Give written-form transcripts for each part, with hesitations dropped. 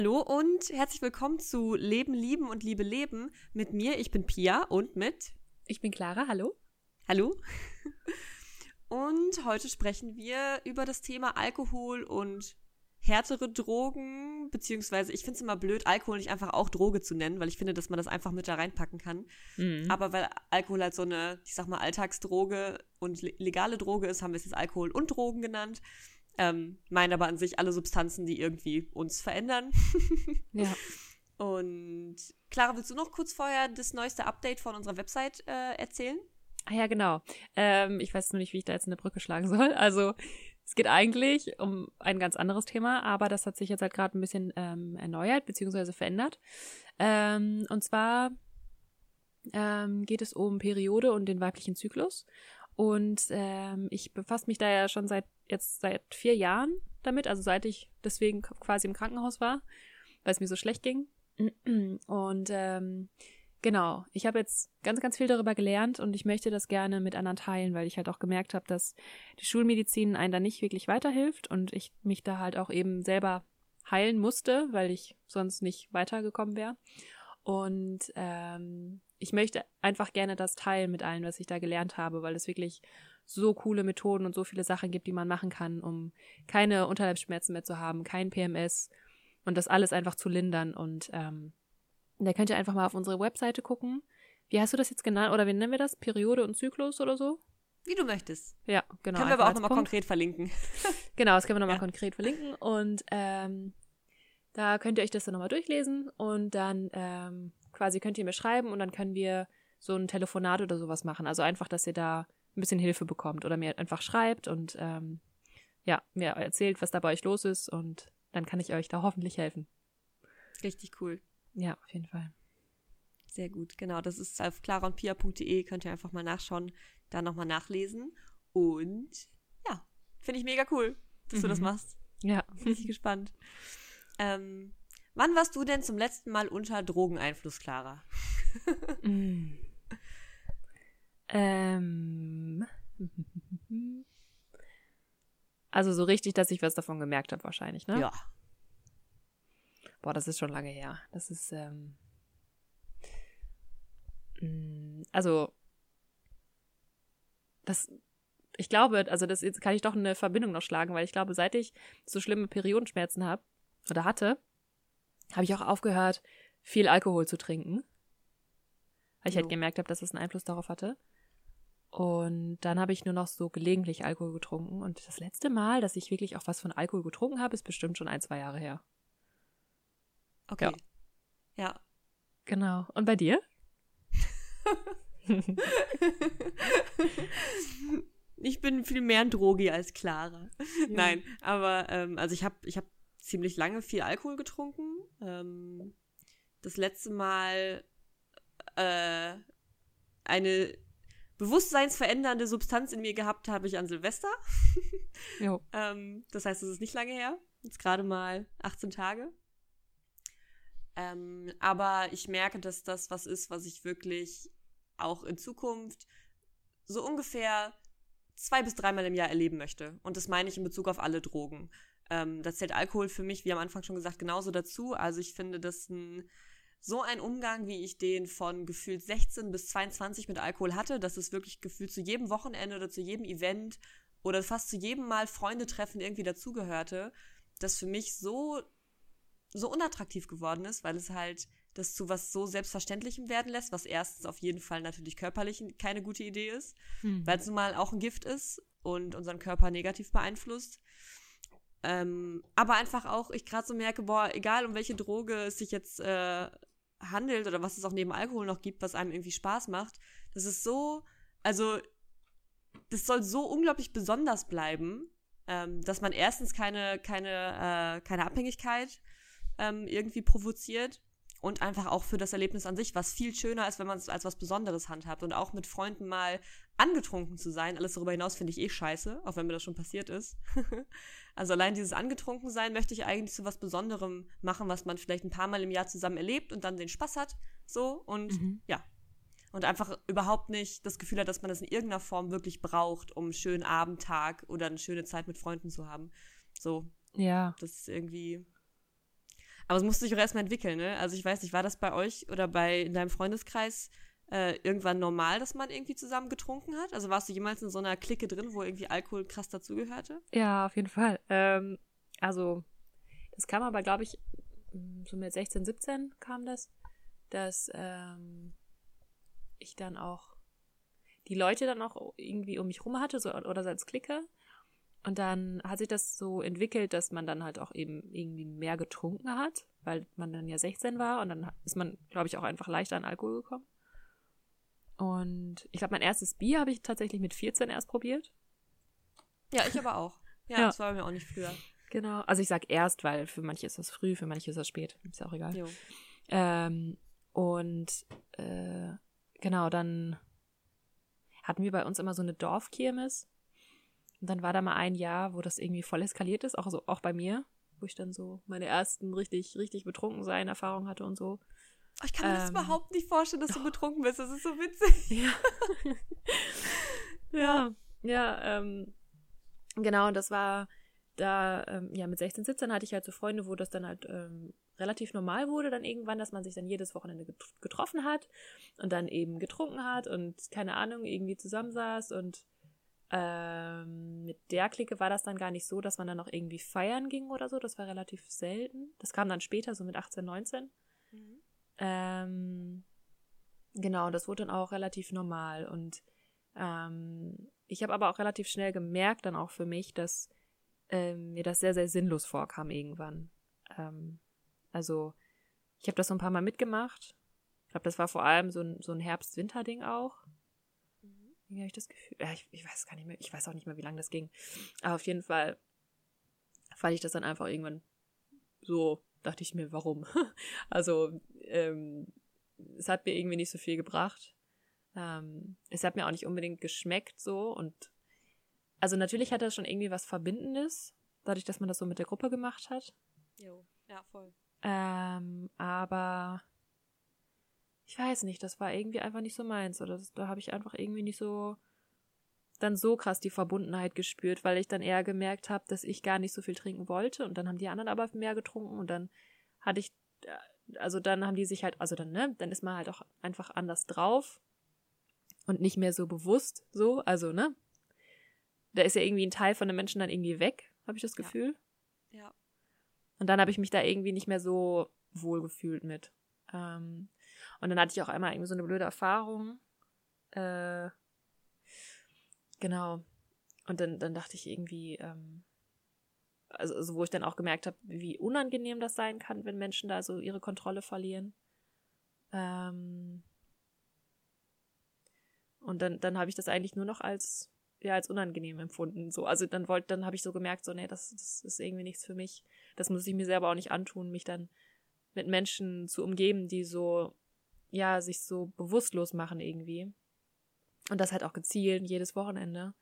Hallo und herzlich willkommen zu Leben, Lieben und Liebe leben mit mir. Ich bin Pia und mit... Ich bin Clara, hallo. Hallo. Und heute sprechen wir über das Thema Alkohol und härtere Drogen, beziehungsweise ich finde es immer blöd, Alkohol nicht einfach auch Droge zu nennen, weil ich finde, dass man das einfach mit da reinpacken kann. Aber weil Alkohol halt so eine, ich sag mal, Alltagsdroge und legale Droge ist, haben wir es jetzt Alkohol und Drogen genannt. Meinen aber an sich alle Substanzen, die irgendwie uns verändern. Ja. Und Clara, willst du noch kurz vorher das neueste Update von unserer Website erzählen? Ah ja, genau. Ich weiß nur nicht, wie ich da jetzt eine Brücke schlagen soll. Also es geht eigentlich um ein ganz anderes Thema, aber das hat sich jetzt halt gerade ein bisschen erneuert bzw. verändert. Und zwar geht es um Periode und den weiblichen Zyklus. Und ich befasse mich da ja schon seit 4 Jahren damit, also seit ich deswegen quasi im Krankenhaus war, weil es mir so schlecht ging. Und genau, ich habe jetzt ganz, ganz viel darüber gelernt und ich möchte das gerne mit anderen teilen, weil ich halt auch gemerkt habe, dass die Schulmedizin einen da nicht wirklich weiterhilft und ich mich da halt auch eben selber heilen musste, weil ich sonst nicht weitergekommen wäre. Und ich möchte einfach gerne das teilen mit allen, was ich da gelernt habe, weil es wirklich so coole Methoden und so viele Sachen gibt, die man machen kann, um keine Unterleibsschmerzen mehr zu haben, kein PMS und das alles einfach zu lindern. Und da könnt ihr einfach mal auf unsere Webseite gucken. Wie hast du das jetzt genannt? Oder wie nennen wir das? Periode und Zyklus oder so? Wie du möchtest. Ja, genau. Können wir aber auch nochmal konkret verlinken. Genau, das können wir nochmal konkret verlinken. Und da könnt ihr euch das dann nochmal durchlesen und dann quasi könnt ihr mir schreiben und dann können wir so ein Telefonat oder sowas machen. Also einfach, dass ihr da ein bisschen Hilfe bekommt oder mir einfach schreibt und mir erzählt, was da bei euch los ist und dann kann ich euch da hoffentlich helfen. Richtig cool. Ja, auf jeden Fall. Sehr gut, genau. Das ist auf claraundpia.de, könnt ihr einfach mal nachschauen, da nochmal nachlesen. Und ja, finde ich mega cool, dass du das machst. Ja. Bin ich gespannt. Wann warst du denn zum letzten Mal unter Drogeneinfluss, Clara? Also so richtig, dass ich was davon gemerkt habe wahrscheinlich, ne? Ja. Boah, das ist schon lange her. Das ist, also, ich glaube, also das jetzt kann ich doch eine Verbindung noch schlagen, weil ich glaube, seit ich so schlimme Periodenschmerzen habe oder hatte, habe ich auch aufgehört, viel Alkohol zu trinken. Weil ich halt gemerkt habe, dass das einen Einfluss darauf hatte. Und dann habe ich nur noch so gelegentlich Alkohol getrunken. Und das letzte Mal, dass ich wirklich auch was von Alkohol getrunken habe, ist bestimmt schon 1-2 Jahre her. Okay. Ja. Genau. Und bei dir? Ich bin viel mehr ein Drogi als Clara. Ja. Nein, aber also ich hab ziemlich lange viel Alkohol getrunken. Das letzte Mal eine bewusstseinsverändernde Substanz in mir gehabt habe ich an Silvester. Jo. Das heißt, es ist nicht lange her. Jetzt gerade mal 18 Tage. Aber ich merke, dass das was ist, was ich wirklich auch in Zukunft so ungefähr 2 bis 3 Mal im Jahr erleben möchte. Und das meine ich in Bezug auf alle Drogen. Da zählt Alkohol für mich, wie am Anfang schon gesagt, genauso dazu. Also ich finde, dass so ein Umgang, wie ich den von gefühlt 16 bis 22 mit Alkohol hatte, dass es wirklich gefühlt zu jedem Wochenende oder zu jedem Event oder fast zu jedem Mal Freunde treffen irgendwie dazugehörte, das für mich so unattraktiv geworden ist, weil es halt das zu was so Selbstverständlichem werden lässt, was erstens auf jeden Fall natürlich körperlich keine gute Idee ist, weil es nun mal auch ein Gift ist und unseren Körper negativ beeinflusst. Aber einfach auch, ich gerade so merke, boah, egal um welche Droge es sich jetzt handelt oder was es auch neben Alkohol noch gibt, was einem irgendwie Spaß macht, das ist so, also das soll so unglaublich besonders bleiben, dass man erstens keine Abhängigkeit irgendwie provoziert und einfach auch für das Erlebnis an sich, was viel schöner ist, wenn man es als was Besonderes handhabt und auch mit Freunden mal angetrunken zu sein. Alles darüber hinaus finde ich scheiße, auch wenn mir das schon passiert ist. Also allein dieses Angetrunkensein möchte ich eigentlich zu was Besonderem machen, was man vielleicht ein paar Mal im Jahr zusammen erlebt und dann den Spaß hat, so und ja. Und einfach überhaupt nicht das Gefühl hat, dass man das in irgendeiner Form wirklich braucht, um einen schönen Abend, Tag oder eine schöne Zeit mit Freunden zu haben. So. Ja. Das ist irgendwie... Aber es musste sich auch erstmal entwickeln, ne? Also ich weiß nicht, war das bei euch oder in deinem Freundeskreis irgendwann normal, dass man irgendwie zusammen getrunken hat? Also warst du jemals in so einer Clique drin, wo irgendwie Alkohol krass dazugehörte? Ja, auf jeden Fall. Also, das kam aber, glaube ich, so mit 16, 17 kam das, dass ich dann auch die Leute dann auch irgendwie um mich rum hatte, so, oder so als Clique. Und dann hat sich das so entwickelt, dass man dann halt auch eben irgendwie mehr getrunken hat, weil man dann ja 16 war und dann ist man, glaube ich, auch einfach leichter an Alkohol gekommen. Und ich glaube, mein erstes Bier habe ich tatsächlich mit 14 erst probiert. Ja, ich aber auch. Ja, Ja. das war bei mir auch nicht früher. Genau. Also ich sag erst, weil für manche ist das früh, für manche ist das spät. Ist ja auch egal. Jo. Genau, dann hatten wir bei uns immer so eine Dorfkirmes. Und dann war da mal ein Jahr, wo das irgendwie voll eskaliert ist, auch bei mir, wo ich dann so meine ersten richtig, richtig betrunken sein Erfahrungen hatte und so. Oh, ich kann mir das überhaupt nicht vorstellen, dass du betrunken bist. Das ist so witzig. Ja. Genau, und das war da, mit 16, 17 hatte ich halt so Freunde, wo das dann halt relativ normal wurde dann irgendwann, dass man sich dann jedes Wochenende getroffen hat und dann eben getrunken hat und keine Ahnung, irgendwie zusammensaß und mit der Clique war das dann gar nicht so, dass man dann noch irgendwie feiern ging oder so. Das war relativ selten. Das kam dann später, so mit 18, 19. Genau, das wurde dann auch relativ normal. Und ich habe aber auch relativ schnell gemerkt, dann auch für mich, dass mir das sehr, sehr sinnlos vorkam irgendwann. Also ich habe das so ein paar Mal mitgemacht. Ich glaube, das war vor allem so ein Herbst-Winter-Ding auch. Irgendwie habe ich das Gefühl, ich weiß gar nicht mehr, ich weiß auch nicht mehr, wie lange das ging. Aber auf jeden Fall fand ich das dann einfach irgendwann so, dachte ich mir, warum? Also, es hat mir irgendwie nicht so viel gebracht. Es hat mir auch nicht unbedingt geschmeckt so und also natürlich hat das schon irgendwie was Verbindendes, dadurch, dass man das so mit der Gruppe gemacht hat. Jo, ja, voll. Aber ich weiß nicht, das war irgendwie einfach nicht so meins. Oder da habe ich einfach irgendwie nicht so dann so krass die Verbundenheit gespürt, weil ich dann eher gemerkt habe, dass ich gar nicht so viel trinken wollte und dann haben die anderen aber mehr getrunken und dann hatte ich, also dann haben die sich halt, also dann, ne, dann ist man halt auch einfach anders drauf und nicht mehr so bewusst so, also, ne, da ist ja irgendwie ein Teil von den Menschen dann irgendwie weg, habe ich das Gefühl. Ja. Und dann habe ich mich da irgendwie nicht mehr so wohl gefühlt mit. Und dann hatte ich auch einmal irgendwie so eine blöde Erfahrung. Genau. Und dann dachte ich irgendwie, also wo ich dann auch gemerkt habe, wie unangenehm das sein kann, wenn Menschen da so ihre Kontrolle verlieren. Und dann habe ich das eigentlich nur noch als unangenehm empfunden. So, also dann habe ich so gemerkt, so, nee, das ist irgendwie nichts für mich. Das muss ich mir selber auch nicht antun, mich dann mit Menschen zu umgeben, die so, ja, sich so bewusstlos machen irgendwie. Und das halt auch gezielt, jedes Wochenende.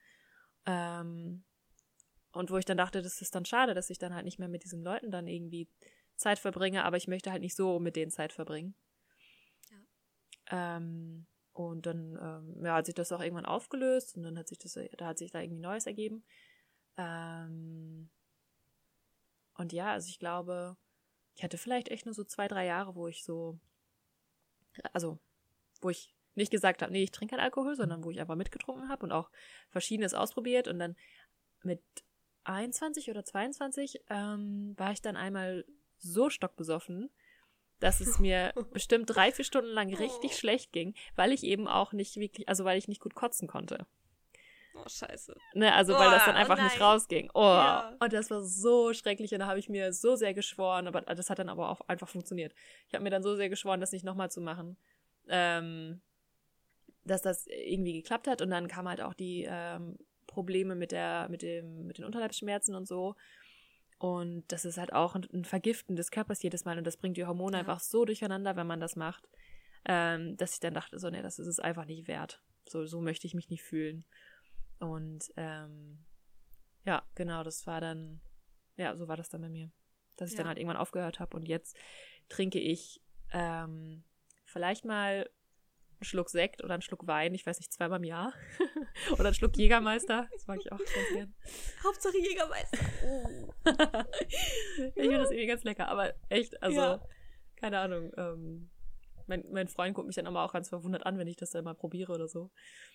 Und wo ich dann dachte, das ist dann schade, dass ich dann halt nicht mehr mit diesen Leuten dann irgendwie Zeit verbringe, aber ich möchte halt nicht so mit denen Zeit verbringen. Ja. Und dann hat sich das auch irgendwann aufgelöst und dann hat sich da irgendwie Neues ergeben. Und ja, also ich glaube, ich hatte vielleicht echt nur so 2, 3 Jahre, wo ich nicht gesagt habe, nee, ich trinke keinen Alkohol, sondern wo ich einfach mitgetrunken habe und auch Verschiedenes ausprobiert. Und dann mit 21 oder 22 war ich dann einmal so stockbesoffen, dass es mir bestimmt 3, 4 Stunden lang richtig schlecht ging, weil ich eben auch nicht wirklich, also weil ich nicht gut kotzen konnte. Oh, scheiße. Ne, also weil das dann einfach nicht rausging. Oh, Ja. und das war so schrecklich und da habe ich mir so sehr geschworen, aber das hat dann aber auch einfach funktioniert. Ich habe mir dann so sehr geschworen, das nicht nochmal zu machen, dass das irgendwie geklappt hat und dann kamen halt auch die Probleme mit den Unterleibsschmerzen und so. Und das ist halt auch ein Vergiften des Körpers jedes Mal und das bringt die Hormone einfach so durcheinander, wenn man das macht, dass ich dann dachte, so, nee, das ist es einfach nicht wert. So möchte ich mich nicht fühlen. Und ja, genau, das war dann, ja, so war das dann bei mir. Dass ich dann halt irgendwann aufgehört habe und jetzt trinke ich vielleicht mal einen Schluck Sekt oder einen Schluck Wein, ich weiß nicht, 2-mal im Jahr. Oder einen Schluck Jägermeister, das mag ich auch ganz gern. Hauptsache Jägermeister. Oh. Ich finde das irgendwie ganz lecker, aber echt, also, keine Ahnung, mein Freund guckt mich dann aber auch ganz verwundert an, wenn ich das dann mal probiere oder so.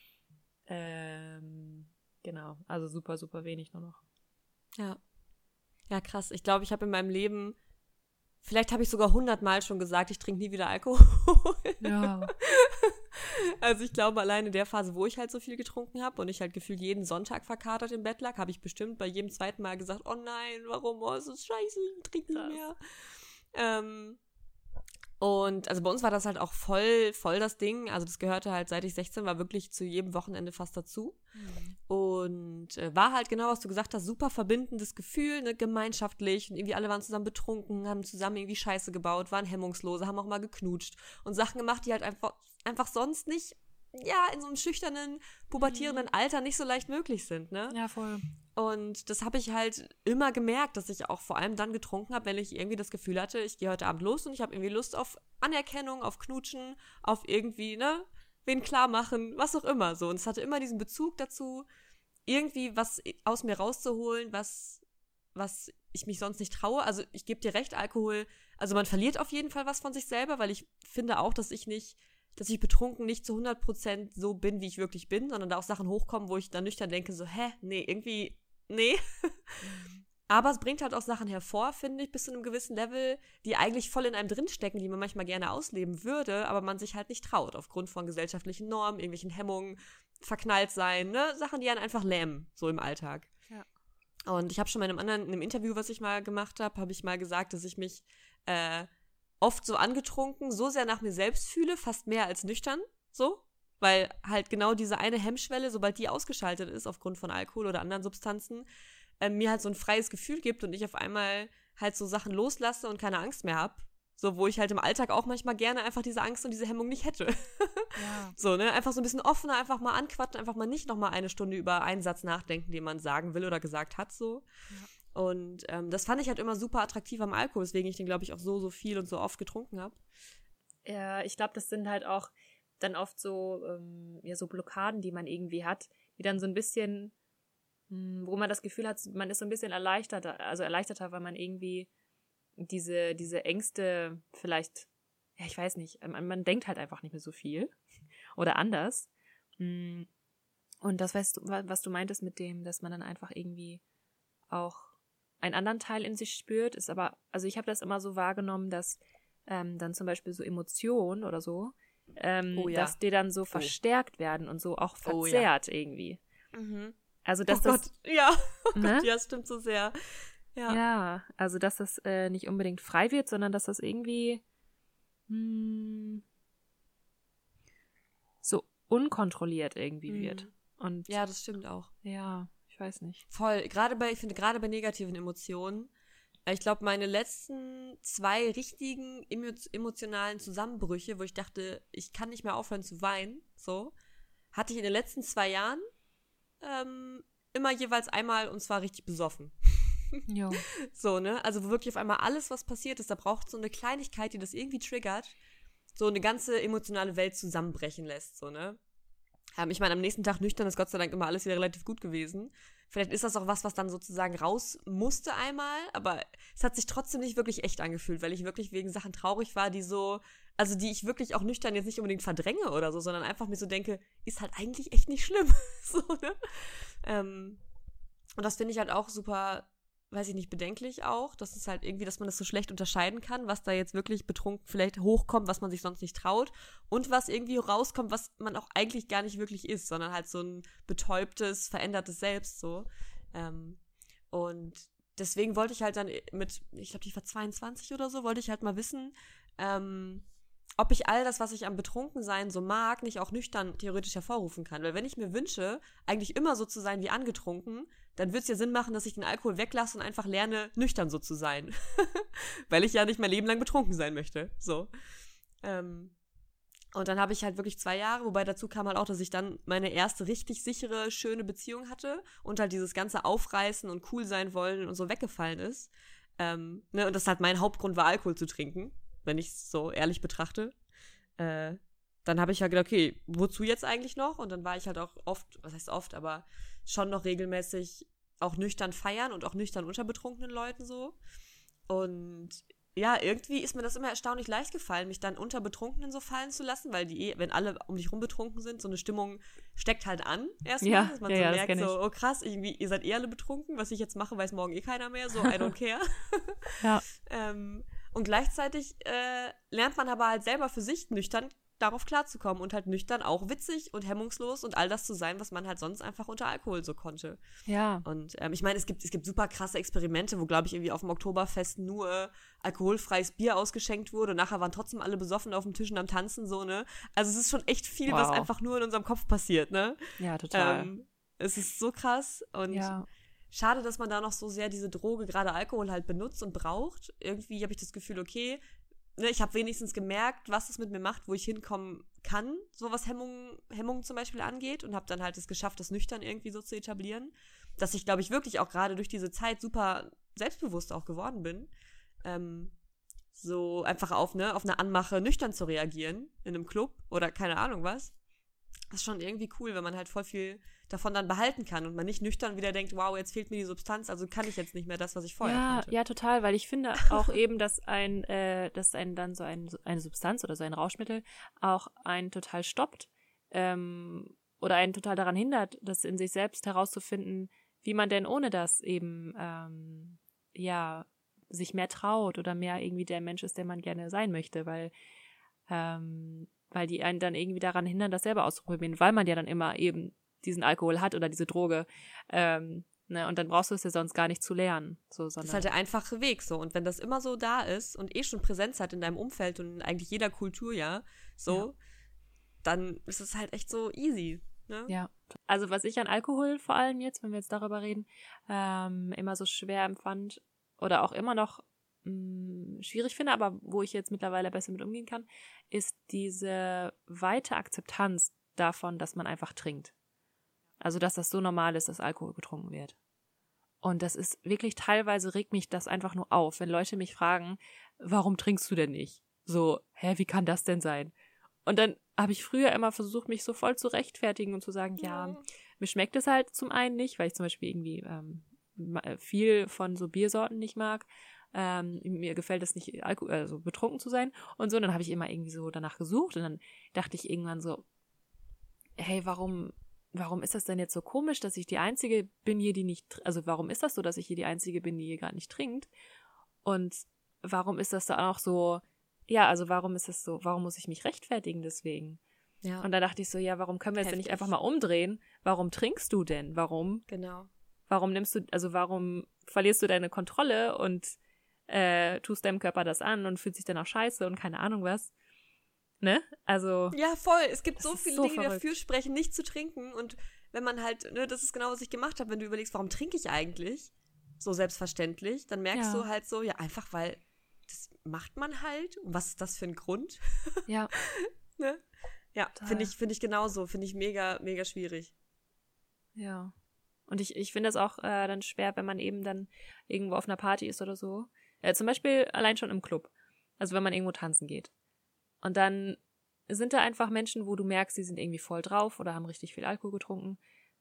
Genau, also super, super wenig nur noch. Ja. Ja, krass. Ich glaube, ich habe in meinem Leben, vielleicht habe ich sogar 100-mal schon gesagt, ich trinke nie wieder Alkohol. Ja. Also ich glaube, allein in der Phase, wo ich halt so viel getrunken habe und ich halt gefühlt jeden Sonntag verkatert im Bett lag, habe ich bestimmt bei jedem zweiten Mal gesagt, oh nein, warum, oh, es ist scheiße, ich trinke nicht mehr. Und also bei uns war das halt auch voll das Ding. Also das gehörte halt, seit ich 16 war, wirklich zu jedem Wochenende fast dazu. Und war halt genau, was du gesagt hast, super verbindendes Gefühl, ne, gemeinschaftlich. Und irgendwie alle waren zusammen betrunken, haben zusammen irgendwie Scheiße gebaut, waren hemmungslose, haben auch mal geknutscht und Sachen gemacht, die halt einfach sonst nicht, ja, in so einem schüchternen, pubertierenden Alter nicht so leicht möglich sind, ne? Ja, voll. Und das habe ich halt immer gemerkt, dass ich auch vor allem dann getrunken habe, wenn ich irgendwie das Gefühl hatte, ich gehe heute Abend los und ich habe irgendwie Lust auf Anerkennung, auf Knutschen, auf irgendwie, ne, wen klar machen, was auch immer so. Und es hatte immer diesen Bezug dazu, irgendwie was aus mir rauszuholen, was ich mich sonst nicht traue. Also ich gebe dir recht, Alkohol, also man verliert auf jeden Fall was von sich selber, weil ich finde auch, dass ich betrunken nicht zu 100% so bin, wie ich wirklich bin, sondern da auch Sachen hochkommen, wo ich dann nüchtern denke, so, nee. Aber es bringt halt auch Sachen hervor, finde ich, bis zu einem gewissen Level, die eigentlich voll in einem drinstecken, die man manchmal gerne ausleben würde, aber man sich halt nicht traut, aufgrund von gesellschaftlichen Normen, irgendwelchen Hemmungen, verknallt sein, ne? Sachen, die einen einfach lähmen, so im Alltag. Ja. Und ich habe schon in einem Interview, was ich mal gemacht habe ich mal gesagt, dass ich mich oft so angetrunken, so sehr nach mir selbst fühle, fast mehr als nüchtern, so. Weil halt genau diese eine Hemmschwelle, sobald die ausgeschaltet ist aufgrund von Alkohol oder anderen Substanzen, mir halt so ein freies Gefühl gibt und ich auf einmal halt so Sachen loslasse und keine Angst mehr habe. So, wo ich halt im Alltag auch manchmal gerne einfach diese Angst und diese Hemmung nicht hätte. Ja. So, ne? Einfach so ein bisschen offener, einfach mal anquatschen, einfach mal nicht nochmal eine Stunde über einen Satz nachdenken, den man sagen will oder gesagt hat, so. Ja. Und das fand ich halt immer super attraktiv am Alkohol, weswegen ich den, glaube ich, auch so viel und so oft getrunken habe. Ja, ich glaube, das sind halt auch dann oft so, so Blockaden, die man irgendwie hat, die dann so ein bisschen, wo man das Gefühl hat, man ist so ein bisschen erleichterter, weil man irgendwie diese Ängste vielleicht, ja, ich weiß nicht, man denkt halt einfach nicht mehr so viel oder anders. Und das, weißt du, was du meintest mit dem, dass man dann einfach irgendwie auch einen anderen Teil in sich spürt, ist aber, also ich habe das immer so wahrgenommen, dass dann zum Beispiel so Emotionen oder so, dass die dann so verstärkt werden und so auch verzerrt irgendwie. Mhm. Also, dass Gott, ja. Ne? Gott, ja, stimmt so sehr. Ja, also, dass das nicht unbedingt frei wird, sondern dass das irgendwie so unkontrolliert irgendwie wird. Und ja, das stimmt auch. Ja, ich weiß nicht. Voll. Ich finde gerade bei negativen Emotionen, ich glaube, meine letzten 2 richtigen emotionalen Zusammenbrüche, wo ich dachte, ich kann nicht mehr aufhören zu weinen, so, hatte ich in den letzten 2 Jahren immer jeweils einmal, und zwar richtig besoffen. Jo. So, ne? Also wo wirklich auf einmal alles, was passiert ist, da braucht so eine Kleinigkeit, die das irgendwie triggert, so eine ganze emotionale Welt zusammenbrechen lässt, so, ne? Ich meine, am nächsten Tag nüchtern ist Gott sei Dank immer alles wieder relativ gut gewesen. Vielleicht ist das auch was dann sozusagen raus musste einmal, aber es hat sich trotzdem nicht wirklich echt angefühlt, weil ich wirklich wegen Sachen traurig war, die ich wirklich auch nüchtern jetzt nicht unbedingt verdränge oder so, sondern einfach mir so denke, ist halt eigentlich echt nicht schlimm. So, ne? Und das finde ich halt auch super, weiß ich nicht, bedenklich auch, dass es halt irgendwie, dass man das so schlecht unterscheiden kann, was da jetzt wirklich betrunken vielleicht hochkommt, was man sich sonst nicht traut und was irgendwie rauskommt, was man auch eigentlich gar nicht wirklich ist, sondern halt so ein betäubtes, verändertes Selbst so. Und deswegen wollte ich halt dann ich glaube, ich war 22 oder so, wollte ich halt mal wissen, ob ich all das, was ich am Betrunkensein so mag, nicht auch nüchtern theoretisch hervorrufen kann. Weil wenn ich mir wünsche, eigentlich immer so zu sein wie angetrunken, dann würde es ja Sinn machen, dass ich den Alkohol weglasse und einfach lerne, nüchtern so zu sein. Weil ich ja nicht mein Leben lang betrunken sein möchte. So. Und dann habe ich halt wirklich 2 Jahre, wobei dazu kam halt auch, dass ich dann meine erste richtig sichere, schöne Beziehung hatte und halt dieses ganze Aufreißen und cool sein wollen und so weggefallen ist. Ne? Und das halt mein Hauptgrund war, Alkohol zu trinken, wenn ich es so ehrlich betrachte. dann habe ich halt gedacht, okay, wozu jetzt eigentlich noch? Und dann war ich halt auch oft, was heißt oft, aber schon noch regelmäßig auch nüchtern feiern und auch nüchtern unter betrunkenen Leuten so. Und ja, irgendwie ist mir das immer erstaunlich leicht gefallen, mich dann unter Betrunkenen so fallen zu lassen, weil wenn alle um dich rum betrunken sind, so eine Stimmung steckt halt an erstmal, Ja, dass man ja, so ja, das merkt, kenn ich. so, oh krass, irgendwie, ihr seid alle betrunken, was ich jetzt mache, weiß morgen eh keiner mehr, so, I don't care. Ja. Und gleichzeitig lernt man aber halt selber für sich nüchtern darauf klarzukommen und halt nüchtern auch witzig und hemmungslos und all das zu sein, was man halt sonst einfach unter Alkohol so konnte. Ja. Und ich meine, es gibt super krasse Experimente, wo, glaube ich, irgendwie auf dem Oktoberfest nur alkoholfreies Bier ausgeschenkt wurde und nachher waren trotzdem alle besoffen auf dem Tisch und am Tanzen, so, ne? Also es ist schon echt viel, was einfach nur in unserem Kopf passiert, ne? Ja, total. Es ist so krass und Ja. schade, dass man da noch so sehr diese Droge, gerade Alkohol, halt benutzt und braucht. Irgendwie habe ich das Gefühl, okay, ne, ich habe wenigstens gemerkt, was es mit mir macht, wo ich hinkommen kann, so was Hemmungen zum Beispiel angeht und habe dann halt es geschafft, das nüchtern irgendwie so zu etablieren, dass ich, glaube ich, wirklich auch gerade durch diese Zeit super selbstbewusst auch geworden bin, so einfach auf eine Anmache nüchtern zu reagieren in einem Club oder keine Ahnung was. Das ist schon irgendwie cool, wenn man halt voll viel davon dann behalten kann und man nicht nüchtern wieder denkt, wow, jetzt fehlt mir die Substanz, also kann ich jetzt nicht mehr das, was ich vorher konnte. Ja, total, weil ich finde auch eben, dass einen dann so eine Substanz oder so ein Rauschmittel auch einen total stoppt oder einen total daran hindert, das in sich selbst herauszufinden, wie man denn ohne das eben sich mehr traut oder mehr irgendwie der Mensch ist, der man gerne sein möchte, weil die einen dann irgendwie daran hindern, das selber auszuprobieren, weil man ja dann immer eben diesen Alkohol hat oder diese Droge, ne, und dann brauchst du es ja sonst gar nicht zu lernen. So, das ist halt der einfache Weg so. Und wenn das immer so da ist und schon Präsenz hat in deinem Umfeld und in eigentlich jeder Kultur, dann ist es halt echt so easy. Ne? Ja. Also was ich an Alkohol vor allem jetzt, wenn wir jetzt darüber reden, immer so schwer empfand oder auch immer noch schwierig finde, aber wo ich jetzt mittlerweile besser mit umgehen kann, ist diese weite Akzeptanz davon, dass man einfach trinkt. Also, dass das so normal ist, dass Alkohol getrunken wird. Und das ist wirklich, teilweise regt mich das einfach nur auf, wenn Leute mich fragen, warum trinkst du denn nicht? So, wie kann das denn sein? Und dann habe ich früher immer versucht, mich so voll zu rechtfertigen und zu sagen, ja, mir schmeckt es halt zum einen nicht, weil ich zum Beispiel irgendwie viel von so Biersorten nicht mag. Mir gefällt es nicht, also betrunken zu sein und so. Und dann habe ich immer irgendwie so danach gesucht und dann dachte ich irgendwann so, hey, warum ist das denn jetzt so komisch, dass ich die Einzige bin hier, die nicht, also warum ist das so, dass ich hier die Einzige bin, die hier gar nicht trinkt? Und warum ist das da auch so, also warum ist das so, warum muss ich mich rechtfertigen deswegen? Ja. Und da dachte ich so, warum können wir jetzt denn nicht einfach mal umdrehen? Warum trinkst du denn? Warum? Genau. Warum verlierst du deine Kontrolle und tust deinem Körper das an und fühlt sich dann auch scheiße und keine Ahnung was. Ne? Also. Ja, voll. Es gibt so viele Dinge, die verrückt. dafür sprechen, nicht zu trinken. Und wenn man halt, ne, das ist genau, was ich gemacht habe, wenn du überlegst, warum trinke ich eigentlich? So selbstverständlich, dann merkst du halt so, einfach weil das macht man halt. Und was ist das für ein Grund? Ja. Ne? Ja, finde ich genauso. Finde ich mega, mega schwierig. Ja. Und ich finde es auch dann schwer, wenn man eben dann irgendwo auf einer Party ist oder so. Zum Beispiel allein schon im Club. Also wenn man irgendwo tanzen geht. Und dann sind da einfach Menschen, wo du merkst, die sind irgendwie voll drauf oder haben richtig viel Alkohol getrunken.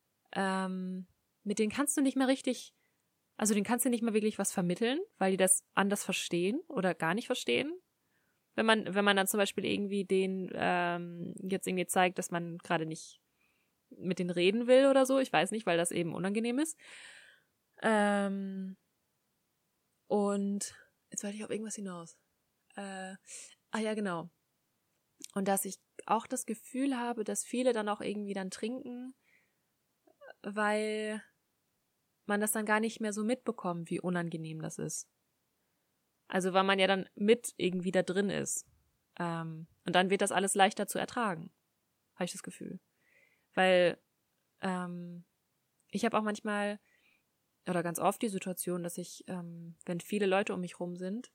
Mit denen kannst du nicht mehr richtig, also denen kannst du nicht mehr wirklich was vermitteln, weil die das anders verstehen oder gar nicht verstehen. Wenn man dann zum Beispiel irgendwie denen jetzt irgendwie zeigt, dass man gerade nicht mit denen reden will oder so, ich weiß nicht, weil das eben unangenehm ist. Und jetzt wollte ich auf irgendwas hinaus. Ja, genau. Und dass ich auch das Gefühl habe, dass viele dann auch irgendwie dann trinken, weil man das dann gar nicht mehr so mitbekommt, wie unangenehm das ist. Also weil man ja dann mit irgendwie da drin ist. Und dann wird das alles leichter zu ertragen, habe ich das Gefühl. Weil ich habe auch manchmal oder ganz oft die Situation, dass ich, wenn viele Leute um mich rum sind,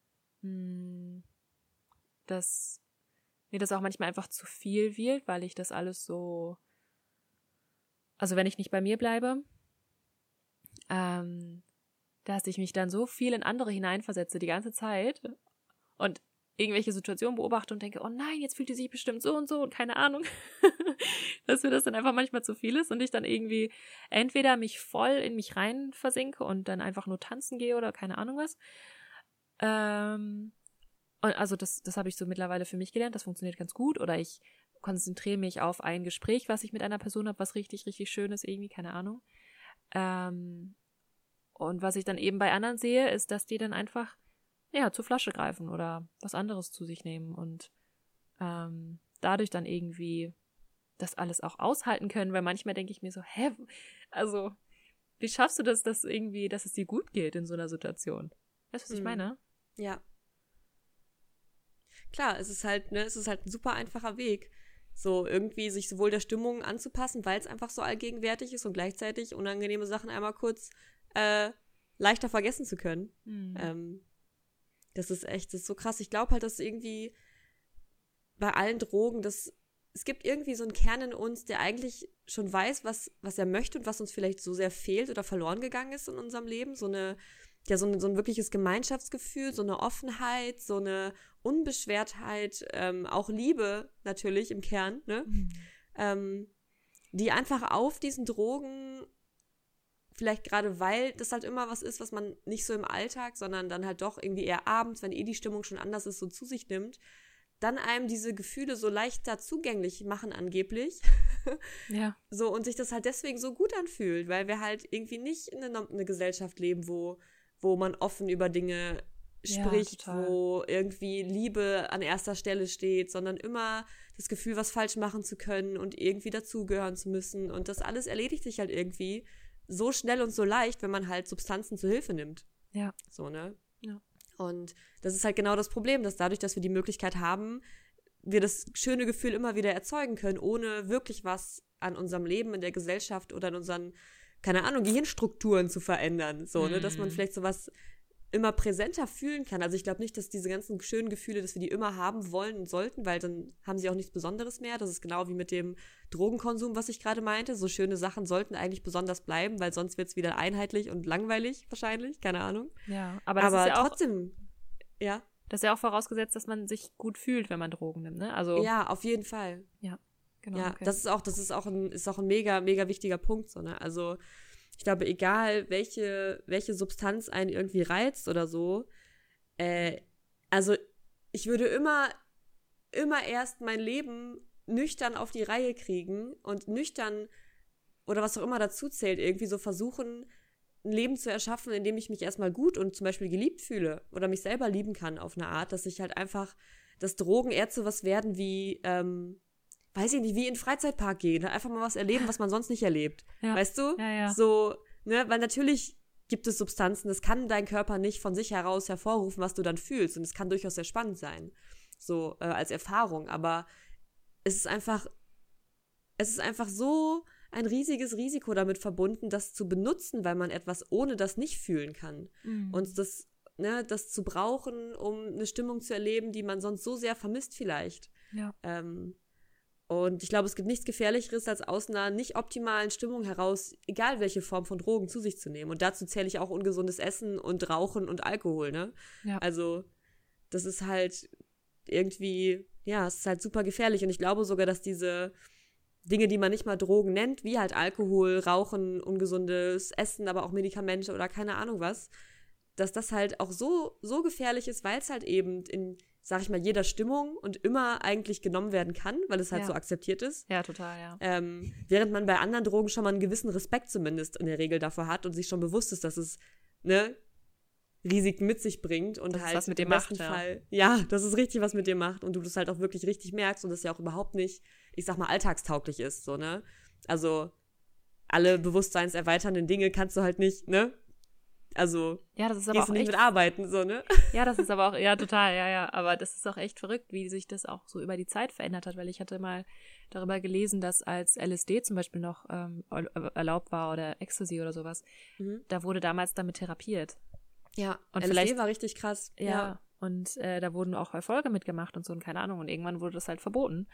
dass mir das auch manchmal einfach zu viel wird, weil ich das alles so, also wenn ich nicht bei mir bleibe, dass ich mich dann so viel in andere hineinversetze die ganze Zeit und irgendwelche Situationen beobachte und denke, oh nein, jetzt fühlt die sich bestimmt so und keine Ahnung, dass mir das dann einfach manchmal zu viel ist und ich dann irgendwie entweder mich voll in mich rein versinke und dann einfach nur tanzen gehe oder keine Ahnung was. Und also das habe ich so mittlerweile für mich gelernt, das funktioniert ganz gut. Oder ich konzentriere mich auf ein Gespräch, was ich mit einer Person habe, was richtig, richtig schön ist irgendwie, keine Ahnung. Und was ich dann eben bei anderen sehe, ist, dass die dann einfach zur Flasche greifen oder was anderes zu sich nehmen und dadurch dann irgendwie das alles auch aushalten können, weil manchmal denke ich mir so, also wie schaffst du das, dass es dir gut geht in so einer Situation? Weißt du, was ich meine? Ja. Klar, es ist halt ein super einfacher Weg, so irgendwie sich sowohl der Stimmung anzupassen, weil es einfach so allgegenwärtig ist und gleichzeitig unangenehme Sachen einmal kurz leichter vergessen zu können. Das ist so krass. Ich glaube halt, dass irgendwie bei allen Drogen, es gibt irgendwie so einen Kern in uns, der eigentlich schon weiß, was er möchte und was uns vielleicht so sehr fehlt oder verloren gegangen ist in unserem Leben. So ein wirkliches Gemeinschaftsgefühl, so eine Offenheit, so eine Unbeschwertheit, auch Liebe natürlich im Kern, ne? Die einfach auf diesen Drogen, vielleicht gerade weil das halt immer was ist, was man nicht so im Alltag, sondern dann halt doch irgendwie eher abends, wenn die Stimmung schon anders ist, so zu sich nimmt, dann einem diese Gefühle so leichter zugänglich machen angeblich. Ja. So, und sich das halt deswegen so gut anfühlt, weil wir halt irgendwie nicht in eine Gesellschaft leben, wo man offen über Dinge spricht, wo irgendwie Liebe an erster Stelle steht, sondern immer das Gefühl, was falsch machen zu können und irgendwie dazugehören zu müssen. Und das alles erledigt sich halt irgendwie so schnell und so leicht, wenn man halt Substanzen zur Hilfe nimmt. Ja. So, ne? Ja. Und das ist halt genau das Problem, dass dadurch, dass wir die Möglichkeit haben, wir das schöne Gefühl immer wieder erzeugen können, ohne wirklich was an unserem Leben in der Gesellschaft oder in unseren, keine Ahnung, Gehirnstrukturen zu verändern. So, ne? Dass man vielleicht sowas immer präsenter fühlen kann. Also ich glaube nicht, dass diese ganzen schönen Gefühle, dass wir die immer haben wollen und sollten, weil dann haben sie auch nichts Besonderes mehr. Das ist genau wie mit dem Drogenkonsum, was ich gerade meinte. So schöne Sachen sollten eigentlich besonders bleiben, weil sonst wird es wieder einheitlich und langweilig wahrscheinlich. Keine Ahnung. Ja, aber das ist ja trotzdem, ja. Das ist ja auch vorausgesetzt, dass man sich gut fühlt, wenn man Drogen nimmt, ne? Also ja, auf jeden Fall. Ja, genau. Ja, okay. das ist auch ein mega, mega wichtiger Punkt, so, ne? Also ich glaube, egal welche Substanz einen irgendwie reizt oder so, also ich würde immer erst mein Leben nüchtern auf die Reihe kriegen und nüchtern oder was auch immer dazu zählt, irgendwie so versuchen, ein Leben zu erschaffen, in dem ich mich erstmal gut und zum Beispiel geliebt fühle oder mich selber lieben kann auf eine Art, dass ich halt einfach, dass Drogen eher zu was werden wie, weiß ich nicht, wie in den Freizeitpark gehen, einfach mal was erleben, was man sonst nicht erlebt. Ja. Weißt du? Ja. So, ne, weil natürlich gibt es Substanzen, das kann dein Körper nicht von sich heraus hervorrufen, was du dann fühlst. Und es kann durchaus sehr spannend sein, so als Erfahrung. Aber es ist einfach so ein riesiges Risiko damit verbunden, das zu benutzen, weil man etwas ohne das nicht fühlen kann. Und das zu brauchen, um eine Stimmung zu erleben, die man sonst so sehr vermisst vielleicht. Ja. Und ich glaube, es gibt nichts Gefährlicheres, als aus einer nicht optimalen Stimmung heraus, egal welche Form von Drogen, zu sich zu nehmen. Und dazu zähle ich auch ungesundes Essen und Rauchen und Alkohol, ne? Ja. Also, das ist halt irgendwie, ja, es ist halt super gefährlich. Und ich glaube sogar, dass diese Dinge, die man nicht mal Drogen nennt, wie halt Alkohol, Rauchen, ungesundes Essen, aber auch Medikamente oder keine Ahnung was, dass das halt auch so gefährlich ist, weil es halt eben in, sag ich mal, jeder Stimmung und immer eigentlich genommen werden kann, weil es halt so akzeptiert ist. Ja, total, ja. Während man bei anderen Drogen schon mal einen gewissen Respekt zumindest in der Regel davor hat und sich schon bewusst ist, dass es, ne, Risiken mit sich bringt und das halt was mit dir im besten macht, Fall, ja, das ist richtig was mit dir macht und du das halt auch wirklich richtig merkst und das ja auch überhaupt nicht, ich sag mal, alltagstauglich ist, so, ne? Also, alle bewusstseinserweiternden Dinge kannst du halt nicht, ne? Also, ja, das ist aber gehst auch du nicht echt mit arbeiten, so, ne? Ja, das ist aber auch, ja, total, ja. Aber das ist auch echt verrückt, wie sich das auch so über die Zeit verändert hat, weil ich hatte mal darüber gelesen, dass als LSD zum Beispiel noch erlaubt war oder Ecstasy oder sowas, da wurde damals damit therapiert. Ja, und LSD war richtig krass. Ja. Und da wurden auch Erfolge mitgemacht und so und keine Ahnung. Und irgendwann wurde das halt verboten.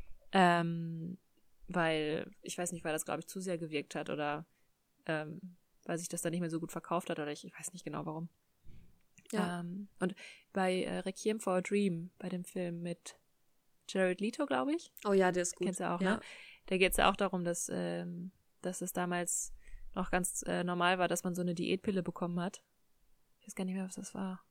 Weil, ich weiß nicht, weil das, glaube ich, zu sehr gewirkt hat oder weil sich das dann nicht mehr so gut verkauft hat oder ich weiß nicht genau warum. Ja. Und bei Requiem for a Dream, bei dem Film mit Jared Leto, glaube ich. Oh ja, der ist gut. Kennst du auch, ja. ne? Da geht es ja auch darum, dass es damals noch ganz normal war, dass man so eine Diätpille bekommen hat. Ich weiß gar nicht mehr, was das war.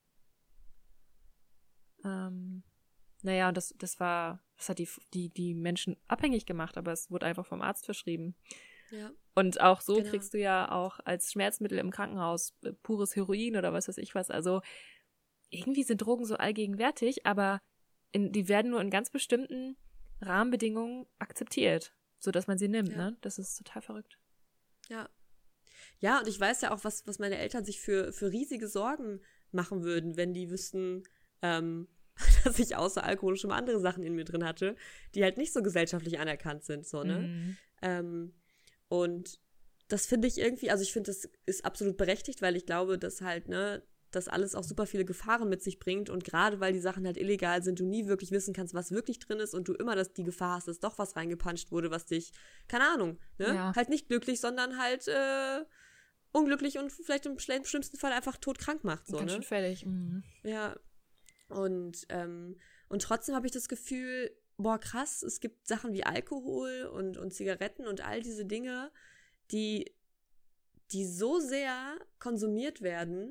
Naja, und das hat die Menschen abhängig gemacht, aber es wurde einfach vom Arzt verschrieben. Ja. Und auch so Genau. kriegst du ja auch als Schmerzmittel im Krankenhaus pures Heroin oder was weiß ich was. Also irgendwie sind Drogen so allgegenwärtig, aber die werden nur in ganz bestimmten Rahmenbedingungen akzeptiert, sodass man sie nimmt, ne? Das ist total verrückt. Ja. Ja, und ich weiß ja auch, was meine Eltern sich für riesige Sorgen machen würden, wenn die wüssten, dass ich außer Alkohol schon mal andere Sachen in mir drin hatte, die halt nicht so gesellschaftlich anerkannt sind, so, ne? Und das finde ich irgendwie, also ich finde, das ist absolut berechtigt, weil ich glaube, dass halt, ne, das alles auch super viele Gefahren mit sich bringt und gerade weil die Sachen halt illegal sind, du nie wirklich wissen kannst, was wirklich drin ist und du immer die Gefahr hast, dass doch was reingepanscht wurde, was dich, keine Ahnung, ne, halt nicht glücklich, sondern halt unglücklich und vielleicht im schlimmsten Fall einfach todkrank macht, so, Ganz ne? schön fertig. Ja, und trotzdem habe ich das Gefühl, boah, krass, es gibt Sachen wie Alkohol und Zigaretten und all diese Dinge, die so sehr konsumiert werden,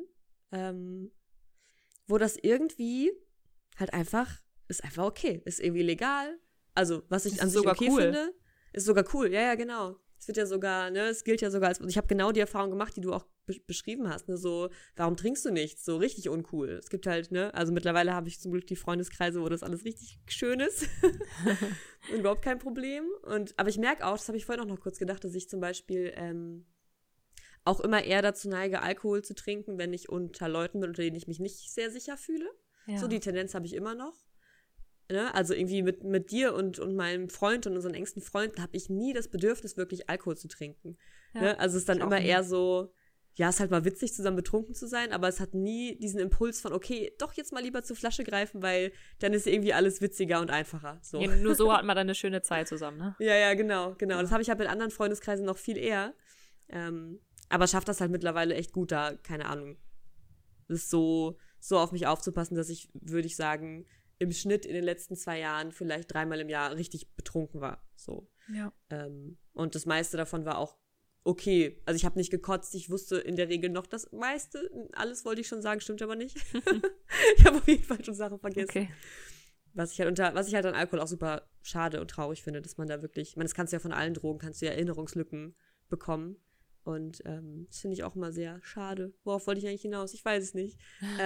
wo das irgendwie halt einfach, ist einfach okay, ist irgendwie legal. Also, was ich an sich sogar okay cool. finde, ist sogar cool. Ja, genau. Es wird ja sogar, ne, es gilt ja sogar als, ich habe genau die Erfahrung gemacht, die du auch beschrieben hast, ne, so, warum trinkst du nichts? So richtig uncool. Es gibt halt, ne, also mittlerweile habe ich zum Glück die Freundeskreise, wo das alles richtig schön ist. Und überhaupt kein Problem. Aber ich merke auch, das habe ich vorhin auch noch kurz gedacht, dass ich zum Beispiel auch immer eher dazu neige, Alkohol zu trinken, wenn ich unter Leuten bin, unter denen ich mich nicht sehr sicher fühle. Ja. So, die Tendenz habe ich immer noch. Ne? Also irgendwie mit dir und meinem Freund und unseren engsten Freunden habe ich nie das Bedürfnis, wirklich Alkohol zu trinken. Ja. Ne? Also es ist dann Ich auch immer nie. eher so, ja, ist halt mal witzig, zusammen betrunken zu sein, aber es hat nie diesen Impuls von, okay, doch jetzt mal lieber zur Flasche greifen, weil dann ist irgendwie alles witziger und einfacher. So. Ja, nur so hat man dann eine schöne Zeit zusammen, ne? Ja, genau. Das habe ich halt mit anderen Freundeskreisen noch viel eher. Aber schafft das halt mittlerweile echt gut, da, keine Ahnung, ist so auf mich aufzupassen, dass ich, würde ich sagen, im Schnitt in den letzten 2 Jahren vielleicht 3-mal im Jahr richtig betrunken war. So. Ja. Und das meiste davon war auch okay. Also ich habe nicht gekotzt, ich wusste in der Regel noch das meiste. Alles wollte ich schon sagen, stimmt aber nicht. Ich habe auf jeden Fall schon Sachen vergessen. Okay. Was ich halt an Alkohol auch super schade und traurig finde, dass man da wirklich, ich meine, das kannst du ja von allen Drogen, kannst du ja Erinnerungslücken bekommen. Und das finde ich auch immer sehr schade. Worauf wollte ich eigentlich hinaus? Ich weiß es nicht.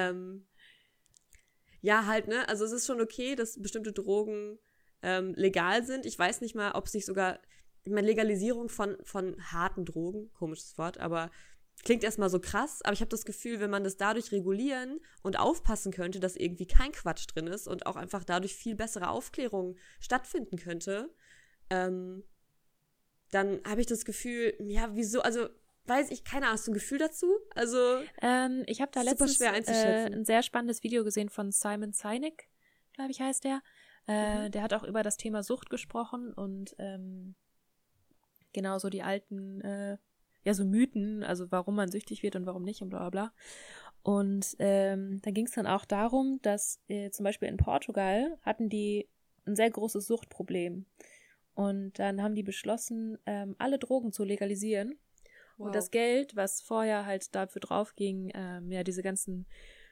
Ja, halt, ne? Also es ist schon okay, dass bestimmte Drogen legal sind. Ich weiß nicht mal, ob es nicht sogar, ich meine, Legalisierung von harten Drogen, komisches Wort, aber klingt erstmal so krass. Aber ich habe das Gefühl, wenn man das dadurch regulieren und aufpassen könnte, dass irgendwie kein Quatsch drin ist und auch einfach dadurch viel bessere Aufklärung stattfinden könnte, dann habe ich das Gefühl, ja, wieso, also weiß ich, keine Ahnung, hast du ein Gefühl dazu? Also ich habe da super letztens schwer einzuschätzen. ein sehr spannendes Video gesehen von Simon Sinek, glaube ich, heißt der. Der hat auch über das Thema Sucht gesprochen und genau so die alten, so Mythen, also warum man süchtig wird und warum nicht und bla bla bla. Und da ging es dann auch darum, dass zum Beispiel in Portugal hatten die ein sehr großes Suchtproblem. Und dann haben die beschlossen, alle Drogen zu legalisieren. Wow. Und das Geld, was vorher halt dafür drauf ging, diese ganzen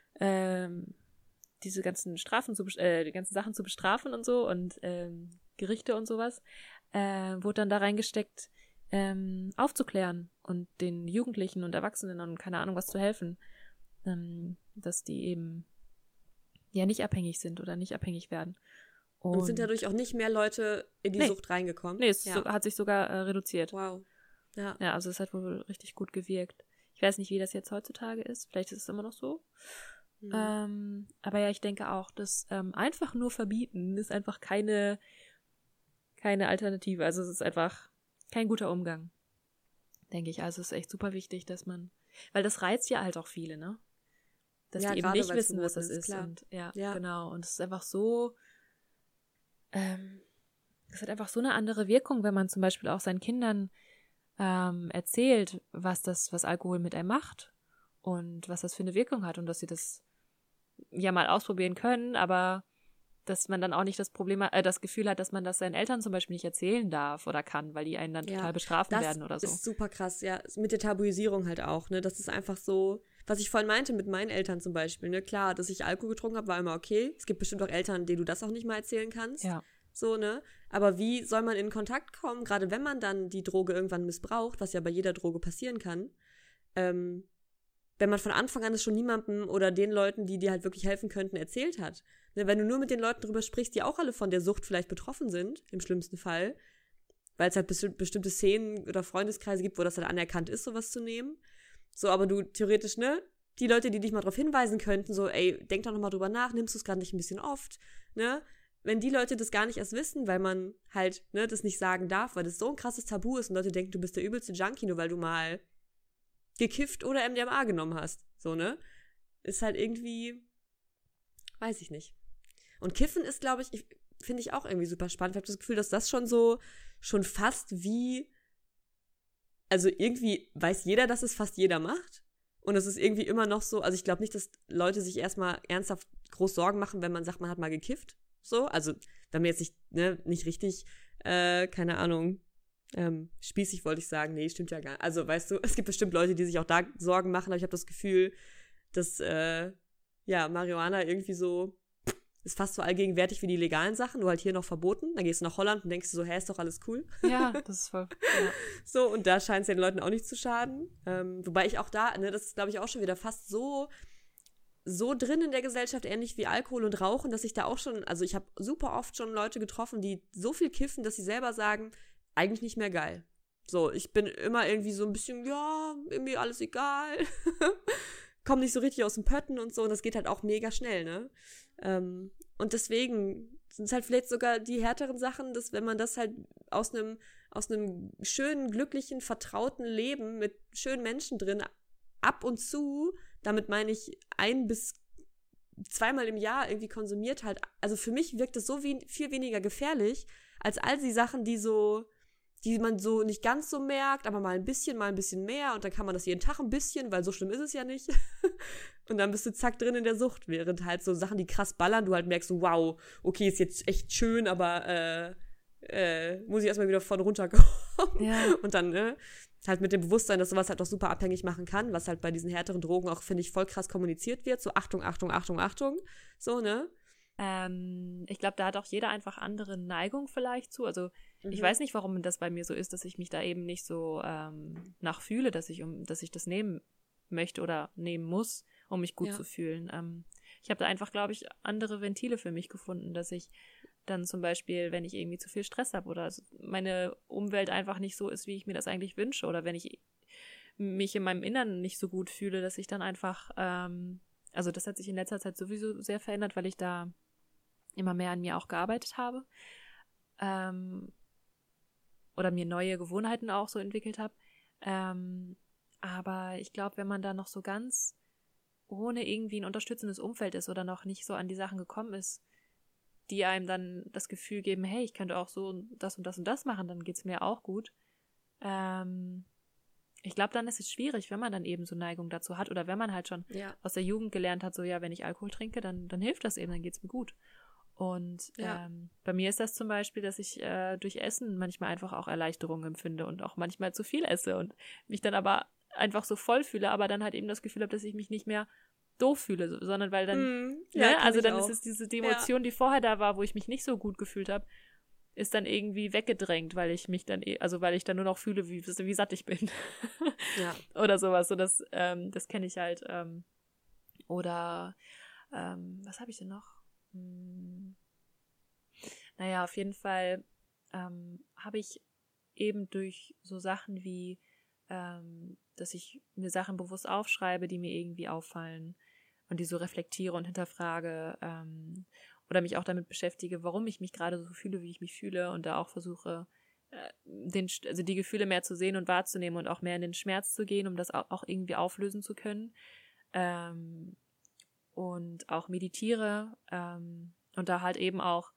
Strafen die ganzen Sachen zu bestrafen und so und Gerichte und sowas, wurde dann da reingesteckt, aufzuklären und den Jugendlichen und Erwachsenen und keine Ahnung was zu helfen, dass die eben ja nicht abhängig sind oder nicht abhängig werden. Und sind dadurch auch nicht mehr Leute in die Sucht reingekommen? Nee, es hat sich sogar reduziert. Wow. Ja, also es hat wohl richtig gut gewirkt. Ich weiß nicht, wie das jetzt heutzutage ist. Vielleicht ist es immer noch so. Aber ja, ich denke auch, dass einfach nur verbieten ist einfach keine Alternative. Also es ist einfach kein guter Umgang, denke ich. Also es ist echt super wichtig, dass man, weil das reizt ja halt auch viele, ne? Dass die eben nicht wissen, was das ist. Und ja, genau. Und es ist einfach so, es hat einfach so eine andere Wirkung, wenn man zum Beispiel auch seinen Kindern erzählt, was Alkohol mit einem macht und was das für eine Wirkung hat und dass sie das ja mal ausprobieren können, aber dass man dann auch nicht das Gefühl hat, dass man das seinen Eltern zum Beispiel nicht erzählen darf oder kann, weil die einen dann total bestrafen werden oder so. Das ist super krass, ja. Mit der Tabuisierung halt auch, ne? Das ist einfach so, was ich vorhin meinte mit meinen Eltern zum Beispiel, ne? Klar, dass ich Alkohol getrunken habe, war immer okay. Es gibt bestimmt auch Eltern, denen du das auch nicht mal erzählen kannst. Ja. So, ne? Aber wie soll man in Kontakt kommen, gerade wenn man dann die Droge irgendwann missbraucht, was ja bei jeder Droge passieren kann, wenn man von Anfang an es schon niemandem oder den Leuten, die dir halt wirklich helfen könnten, erzählt hat. Ne, wenn du nur mit den Leuten drüber sprichst, die auch alle von der Sucht vielleicht betroffen sind, im schlimmsten Fall, weil es halt bestimmte Szenen oder Freundeskreise gibt, wo das halt anerkannt ist, sowas zu nehmen. So, aber du theoretisch, ne, die Leute, die dich mal darauf hinweisen könnten, so, ey, denk doch nochmal drüber nach, nimmst du es gerade nicht ein bisschen oft, ne? Wenn die Leute das gar nicht erst wissen, weil man halt, ne, das nicht sagen darf, weil das so ein krasses Tabu ist und Leute denken, du bist der übelste Junkie, nur weil du mal gekifft oder MDMA genommen hast, so, ne? Ist halt irgendwie, weiß ich nicht. Und Kiffen ist, glaube ich, finde ich auch irgendwie super spannend. Ich habe das Gefühl, dass das schon fast wie, also irgendwie weiß jeder, dass es fast jeder macht. Und es ist irgendwie immer noch so, also ich glaube nicht, dass Leute sich erstmal ernsthaft groß Sorgen machen, wenn man sagt, man hat mal gekifft. So, also wenn man jetzt nicht, ne, nicht richtig, keine Ahnung, spießig wollte ich sagen, nee, stimmt ja gar nicht. Also weißt du, es gibt bestimmt Leute, die sich auch da Sorgen machen, aber ich habe das Gefühl, dass, Marihuana irgendwie so ist fast so allgegenwärtig wie die legalen Sachen, nur halt hier noch verboten. Dann gehst du nach Holland und denkst du so, hä, ist doch alles cool. Ja, das ist voll, ja. So, und da scheint es den Leuten auch nicht zu schaden. Wobei ich auch da, ne, das ist, glaube ich, auch schon wieder fast so drin in der Gesellschaft, ähnlich wie Alkohol und Rauchen, dass ich da auch schon, also ich habe super oft schon Leute getroffen, die so viel kiffen, dass sie selber sagen, eigentlich nicht mehr geil. So, ich bin immer irgendwie so ein bisschen, ja, irgendwie alles egal. Komm nicht so richtig aus dem Pötten und so, und das geht halt auch mega schnell, ne? Und deswegen sind es halt vielleicht sogar die härteren Sachen, dass wenn man das halt aus einem schönen, glücklichen, vertrauten Leben mit schönen Menschen drin ab und zu, damit meine ich 1 bis 2-mal im Jahr irgendwie konsumiert halt, also für mich wirkt es so viel weniger gefährlich, als all die Sachen, die man so nicht ganz so merkt, aber mal ein bisschen mehr und dann kann man das jeden Tag ein bisschen, weil so schlimm ist es ja nicht. Und dann bist du zack drin in der Sucht, während halt so Sachen, die krass ballern, du halt merkst, so, wow, okay, ist jetzt echt schön, aber muss ich erstmal wieder von runterkommen. Ja. Und dann halt mit dem Bewusstsein, dass sowas halt auch super abhängig machen kann, was halt bei diesen härteren Drogen auch, finde ich, voll krass kommuniziert wird, so Achtung, Achtung, Achtung, Achtung, so, ne? Ich glaube, da hat auch jeder einfach andere Neigung vielleicht zu. Also ich weiß nicht, warum das bei mir so ist, dass ich mich da eben nicht so nachfühle, dass ich das nehmen möchte oder nehmen muss, um mich gut zu fühlen. Ich habe da einfach, glaube ich, andere Ventile für mich gefunden, dass ich dann zum Beispiel, wenn ich irgendwie zu viel Stress habe oder meine Umwelt einfach nicht so ist, wie ich mir das eigentlich wünsche, oder wenn ich mich in meinem Innern nicht so gut fühle, dass ich dann einfach, also das hat sich in letzter Zeit sowieso sehr verändert, weil ich da immer mehr an mir auch gearbeitet habe, oder mir neue Gewohnheiten auch so entwickelt habe. Aber ich glaube, wenn man da noch so ganz ohne irgendwie ein unterstützendes Umfeld ist oder noch nicht so an die Sachen gekommen ist, die einem dann das Gefühl geben, hey, ich könnte auch so das und das und das machen, dann geht's mir auch gut. Ich glaube, dann ist es schwierig, wenn man dann eben so Neigung dazu hat oder wenn man halt schon aus der Jugend gelernt hat, so ja, wenn ich Alkohol trinke, dann hilft das eben, dann geht's mir gut. Und bei mir ist das zum Beispiel, dass ich durch Essen manchmal einfach auch Erleichterung empfinde und auch manchmal zu viel esse und mich dann aber einfach so voll fühle, aber dann halt eben das Gefühl habe, dass ich mich nicht mehr doof fühle, sondern weil dann, also dann ist es die Emotion, die vorher da war, wo ich mich nicht so gut gefühlt habe, ist dann irgendwie weggedrängt, weil ich mich dann, weil ich dann nur noch fühle, wie satt ich bin. Ja. Oder sowas. So das kenne ich halt. Oder was habe ich denn noch? Naja, auf jeden Fall habe ich eben durch so Sachen wie, dass ich mir Sachen bewusst aufschreibe, die mir irgendwie auffallen und die so reflektiere und hinterfrage, oder mich auch damit beschäftige, warum ich mich gerade so fühle, wie ich mich fühle, und da auch versuche, die Gefühle mehr zu sehen und wahrzunehmen und auch mehr in den Schmerz zu gehen, um das auch irgendwie auflösen zu können. Und auch meditiere und da halt eben auch,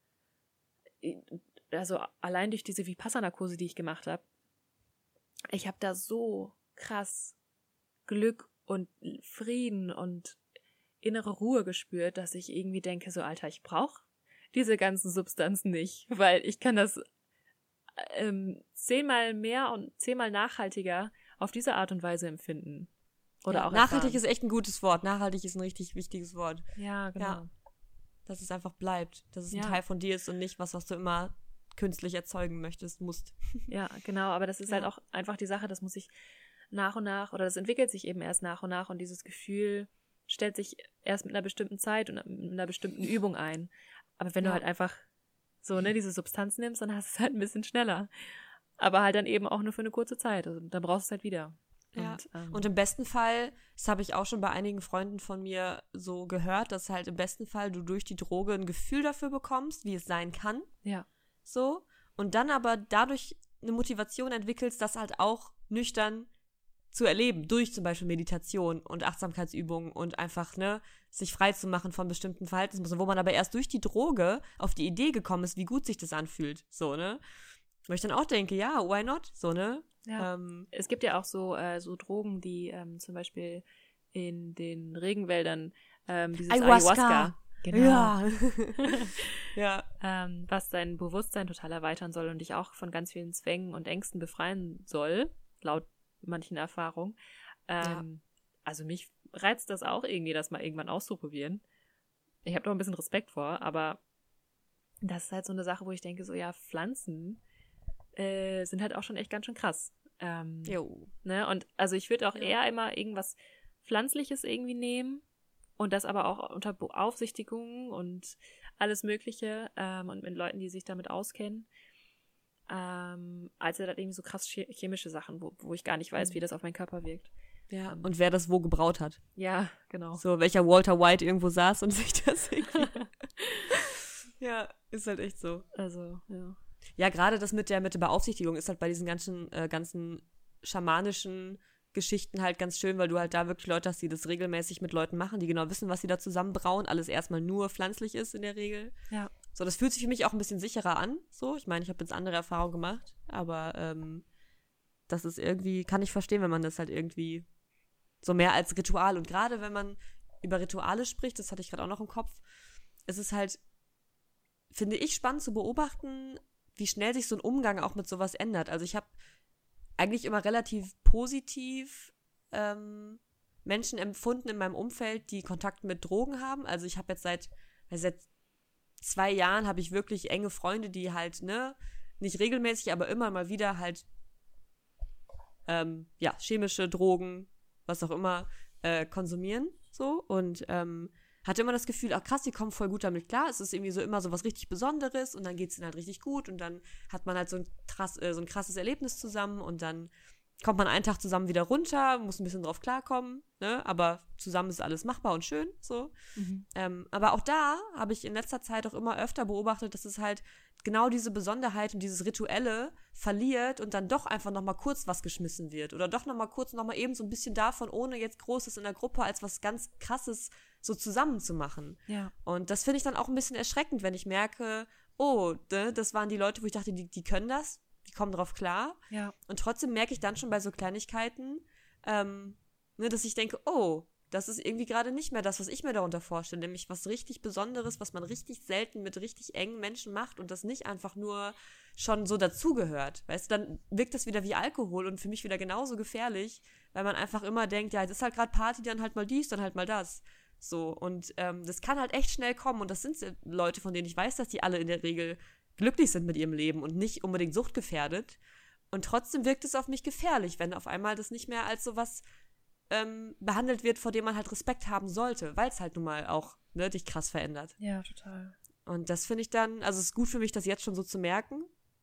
also allein durch diese Vipassana-Kurse, die ich gemacht habe, ich habe da so krass Glück und Frieden und innere Ruhe gespürt, dass ich irgendwie denke, so Alter, ich brauche diese ganzen Substanzen nicht, weil ich kann das 10-mal mehr und 10-mal nachhaltiger auf diese Art und Weise empfinden. Oder auch nachhaltig erfahren. ist echt ein gutes Wort. Nachhaltig ist ein richtig wichtiges Wort. Ja, genau. Ja. Dass es einfach bleibt. Dass es ein Ja. Teil von dir ist und nicht was du immer künstlich erzeugen musst. Ja, genau. Aber das ist halt auch einfach die Sache, das muss ich nach und nach, oder das entwickelt sich eben erst nach und dieses Gefühl stellt sich erst mit einer bestimmten Zeit und mit einer bestimmten Übung ein. Aber wenn du halt einfach so, diese Substanz nimmst, dann hast du es halt ein bisschen schneller. Aber halt dann eben auch nur für eine kurze Zeit. Also dann brauchst du es halt wieder. Ja. Und im besten Fall, das habe ich auch schon bei einigen Freunden von mir so gehört, dass halt im besten Fall du durch die Droge ein Gefühl dafür bekommst, wie es sein kann. Ja. So. Und dann aber dadurch eine Motivation entwickelst, das halt auch nüchtern zu erleben, durch zum Beispiel Meditation und Achtsamkeitsübungen und einfach, sich frei zu machen von bestimmten Verhaltensmustern, wo man aber erst durch die Droge auf die Idee gekommen ist, wie gut sich das anfühlt, so, Wo ich dann auch denke, ja, why not, so, Ja. Es gibt ja auch so Drogen, die zum Beispiel in den Regenwäldern dieses Ayahuasca. Genau. Ja. Ja. Was dein Bewusstsein total erweitern soll und dich auch von ganz vielen Zwängen und Ängsten befreien soll, laut manchen Erfahrungen. Also mich reizt das auch irgendwie, das mal irgendwann auszuprobieren. Ich habe doch ein bisschen Respekt vor, aber das ist halt so eine Sache, wo ich denke, so ja, Pflanzen sind halt auch schon echt ganz schön krass. Und also ich würde auch eher immer irgendwas Pflanzliches irgendwie nehmen und das aber auch unter Beaufsichtigung und alles Mögliche und mit Leuten, die sich damit auskennen, als halt irgendwie so krass chemische Sachen, wo ich gar nicht weiß, wie das auf meinen Körper wirkt. Ja, und wer das wo gebraut hat. Ja, genau. So, welcher Walter White irgendwo saß und sich das irgendwie... Ja, ist halt echt so. Also, ja. Ja, gerade das mit der Beaufsichtigung ist halt bei diesen ganzen schamanischen Geschichten halt ganz schön, weil du halt da wirklich Leute hast, die das regelmäßig mit Leuten machen, die genau wissen, was sie da zusammenbrauen. Alles erstmal nur pflanzlich ist in der Regel. Ja. So, das fühlt sich für mich auch ein bisschen sicherer an. So, ich meine, ich habe jetzt andere Erfahrungen gemacht, aber das ist irgendwie, kann ich verstehen, wenn man das halt irgendwie so mehr als Ritual, und gerade wenn man über Rituale spricht, das hatte ich gerade auch noch im Kopf, es ist halt, finde ich, spannend zu beobachten, wie schnell sich so ein Umgang auch mit sowas ändert. Also ich habe eigentlich immer relativ positiv Menschen empfunden in meinem Umfeld, die Kontakt mit Drogen haben. Also ich habe jetzt seit 2 Jahren habe ich wirklich enge Freunde, die halt, nicht regelmäßig, aber immer mal wieder halt chemische Drogen, was auch immer, konsumieren, so, und hatte immer das Gefühl, ach krass, die kommen voll gut damit klar, es ist irgendwie so immer so was richtig Besonderes und dann geht's ihnen halt richtig gut und dann hat man halt so ein krasses Erlebnis zusammen und dann kommt man einen Tag zusammen wieder runter, muss ein bisschen drauf klarkommen, aber zusammen ist alles machbar und schön, so. Aber auch da habe ich in letzter Zeit auch immer öfter beobachtet, dass es halt genau diese Besonderheit und dieses Rituelle verliert und dann doch einfach nochmal kurz was geschmissen wird oder doch nochmal kurz eben so ein bisschen davon, ohne jetzt Großes in der Gruppe als was ganz Krasses so zusammen zu machen. Ja. Und das finde ich dann auch ein bisschen erschreckend, wenn ich merke, oh, das waren die Leute, wo ich dachte, die können das, die kommen drauf klar. Ja. Und trotzdem merke ich dann schon bei so Kleinigkeiten, dass ich denke, oh, das ist irgendwie gerade nicht mehr das, was ich mir darunter vorstelle, nämlich was richtig Besonderes, was man richtig selten mit richtig engen Menschen macht und das nicht einfach nur schon so dazugehört. Weißt du, dann wirkt das wieder wie Alkohol und für mich wieder genauso gefährlich, weil man einfach immer denkt, ja, jetzt ist halt gerade Party, dann halt mal dies, dann halt mal das. So, und das kann halt echt schnell kommen und das sind Leute, von denen ich weiß, dass die alle in der Regel glücklich sind mit ihrem Leben und nicht unbedingt suchtgefährdet. Und trotzdem wirkt es auf mich gefährlich, wenn auf einmal das nicht mehr als sowas behandelt wird, vor dem man halt Respekt haben sollte, weil es halt nun mal auch dich krass verändert. Ja, total. Und das finde ich dann, also es ist gut für mich, das jetzt schon so zu merken.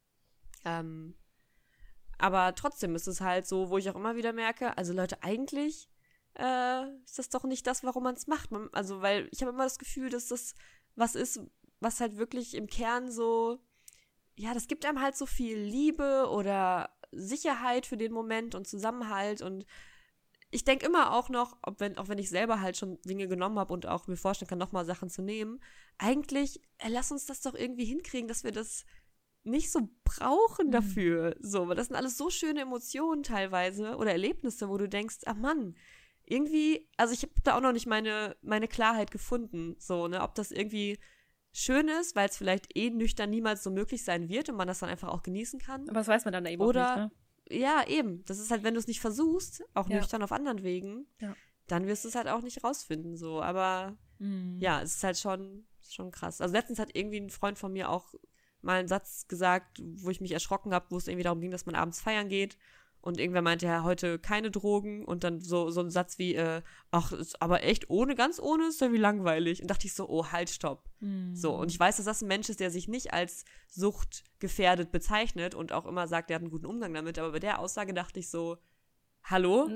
Aber trotzdem ist es halt so, wo ich auch immer wieder merke, also Leute, eigentlich ist das doch nicht das, warum man es macht. Also, weil ich habe immer das Gefühl, dass das was ist, was halt wirklich im Kern so, ja, das gibt einem halt so viel Liebe oder Sicherheit für den Moment und Zusammenhalt und ich denke immer auch noch, auch wenn ich selber halt schon Dinge genommen habe und auch mir vorstellen kann, nochmal Sachen zu nehmen, eigentlich, lass uns das doch irgendwie hinkriegen, dass wir das nicht so brauchen dafür. So, weil das sind alles so schöne Emotionen teilweise oder Erlebnisse, wo du denkst, ach Mann, irgendwie, also ich habe da auch noch nicht meine Klarheit gefunden, so, ne, ob das irgendwie schön ist, weil es vielleicht nüchtern niemals so möglich sein wird und man das dann einfach auch genießen kann. Aber das weiß man dann eben auch Oder, nicht, ne? ja, eben, das ist halt, wenn du es nicht versuchst, auch Ja. nüchtern auf anderen Wegen, Ja. dann wirst du es halt auch nicht rausfinden, so, aber ja, es ist halt schon krass. Also letztens hat irgendwie ein Freund von mir auch mal einen Satz gesagt, wo ich mich erschrocken habe, wo es irgendwie darum ging, dass man abends feiern geht. Und irgendwer meinte, ja, heute keine Drogen. Und dann so ein Satz wie, ach, ist aber echt ganz ohne ist irgendwie langweilig. Und dachte ich so, oh, halt, stopp. So, und ich weiß, dass das ein Mensch ist, der sich nicht als suchtgefährdet bezeichnet und auch immer sagt, er hat einen guten Umgang damit. Aber bei der Aussage dachte ich so, hallo?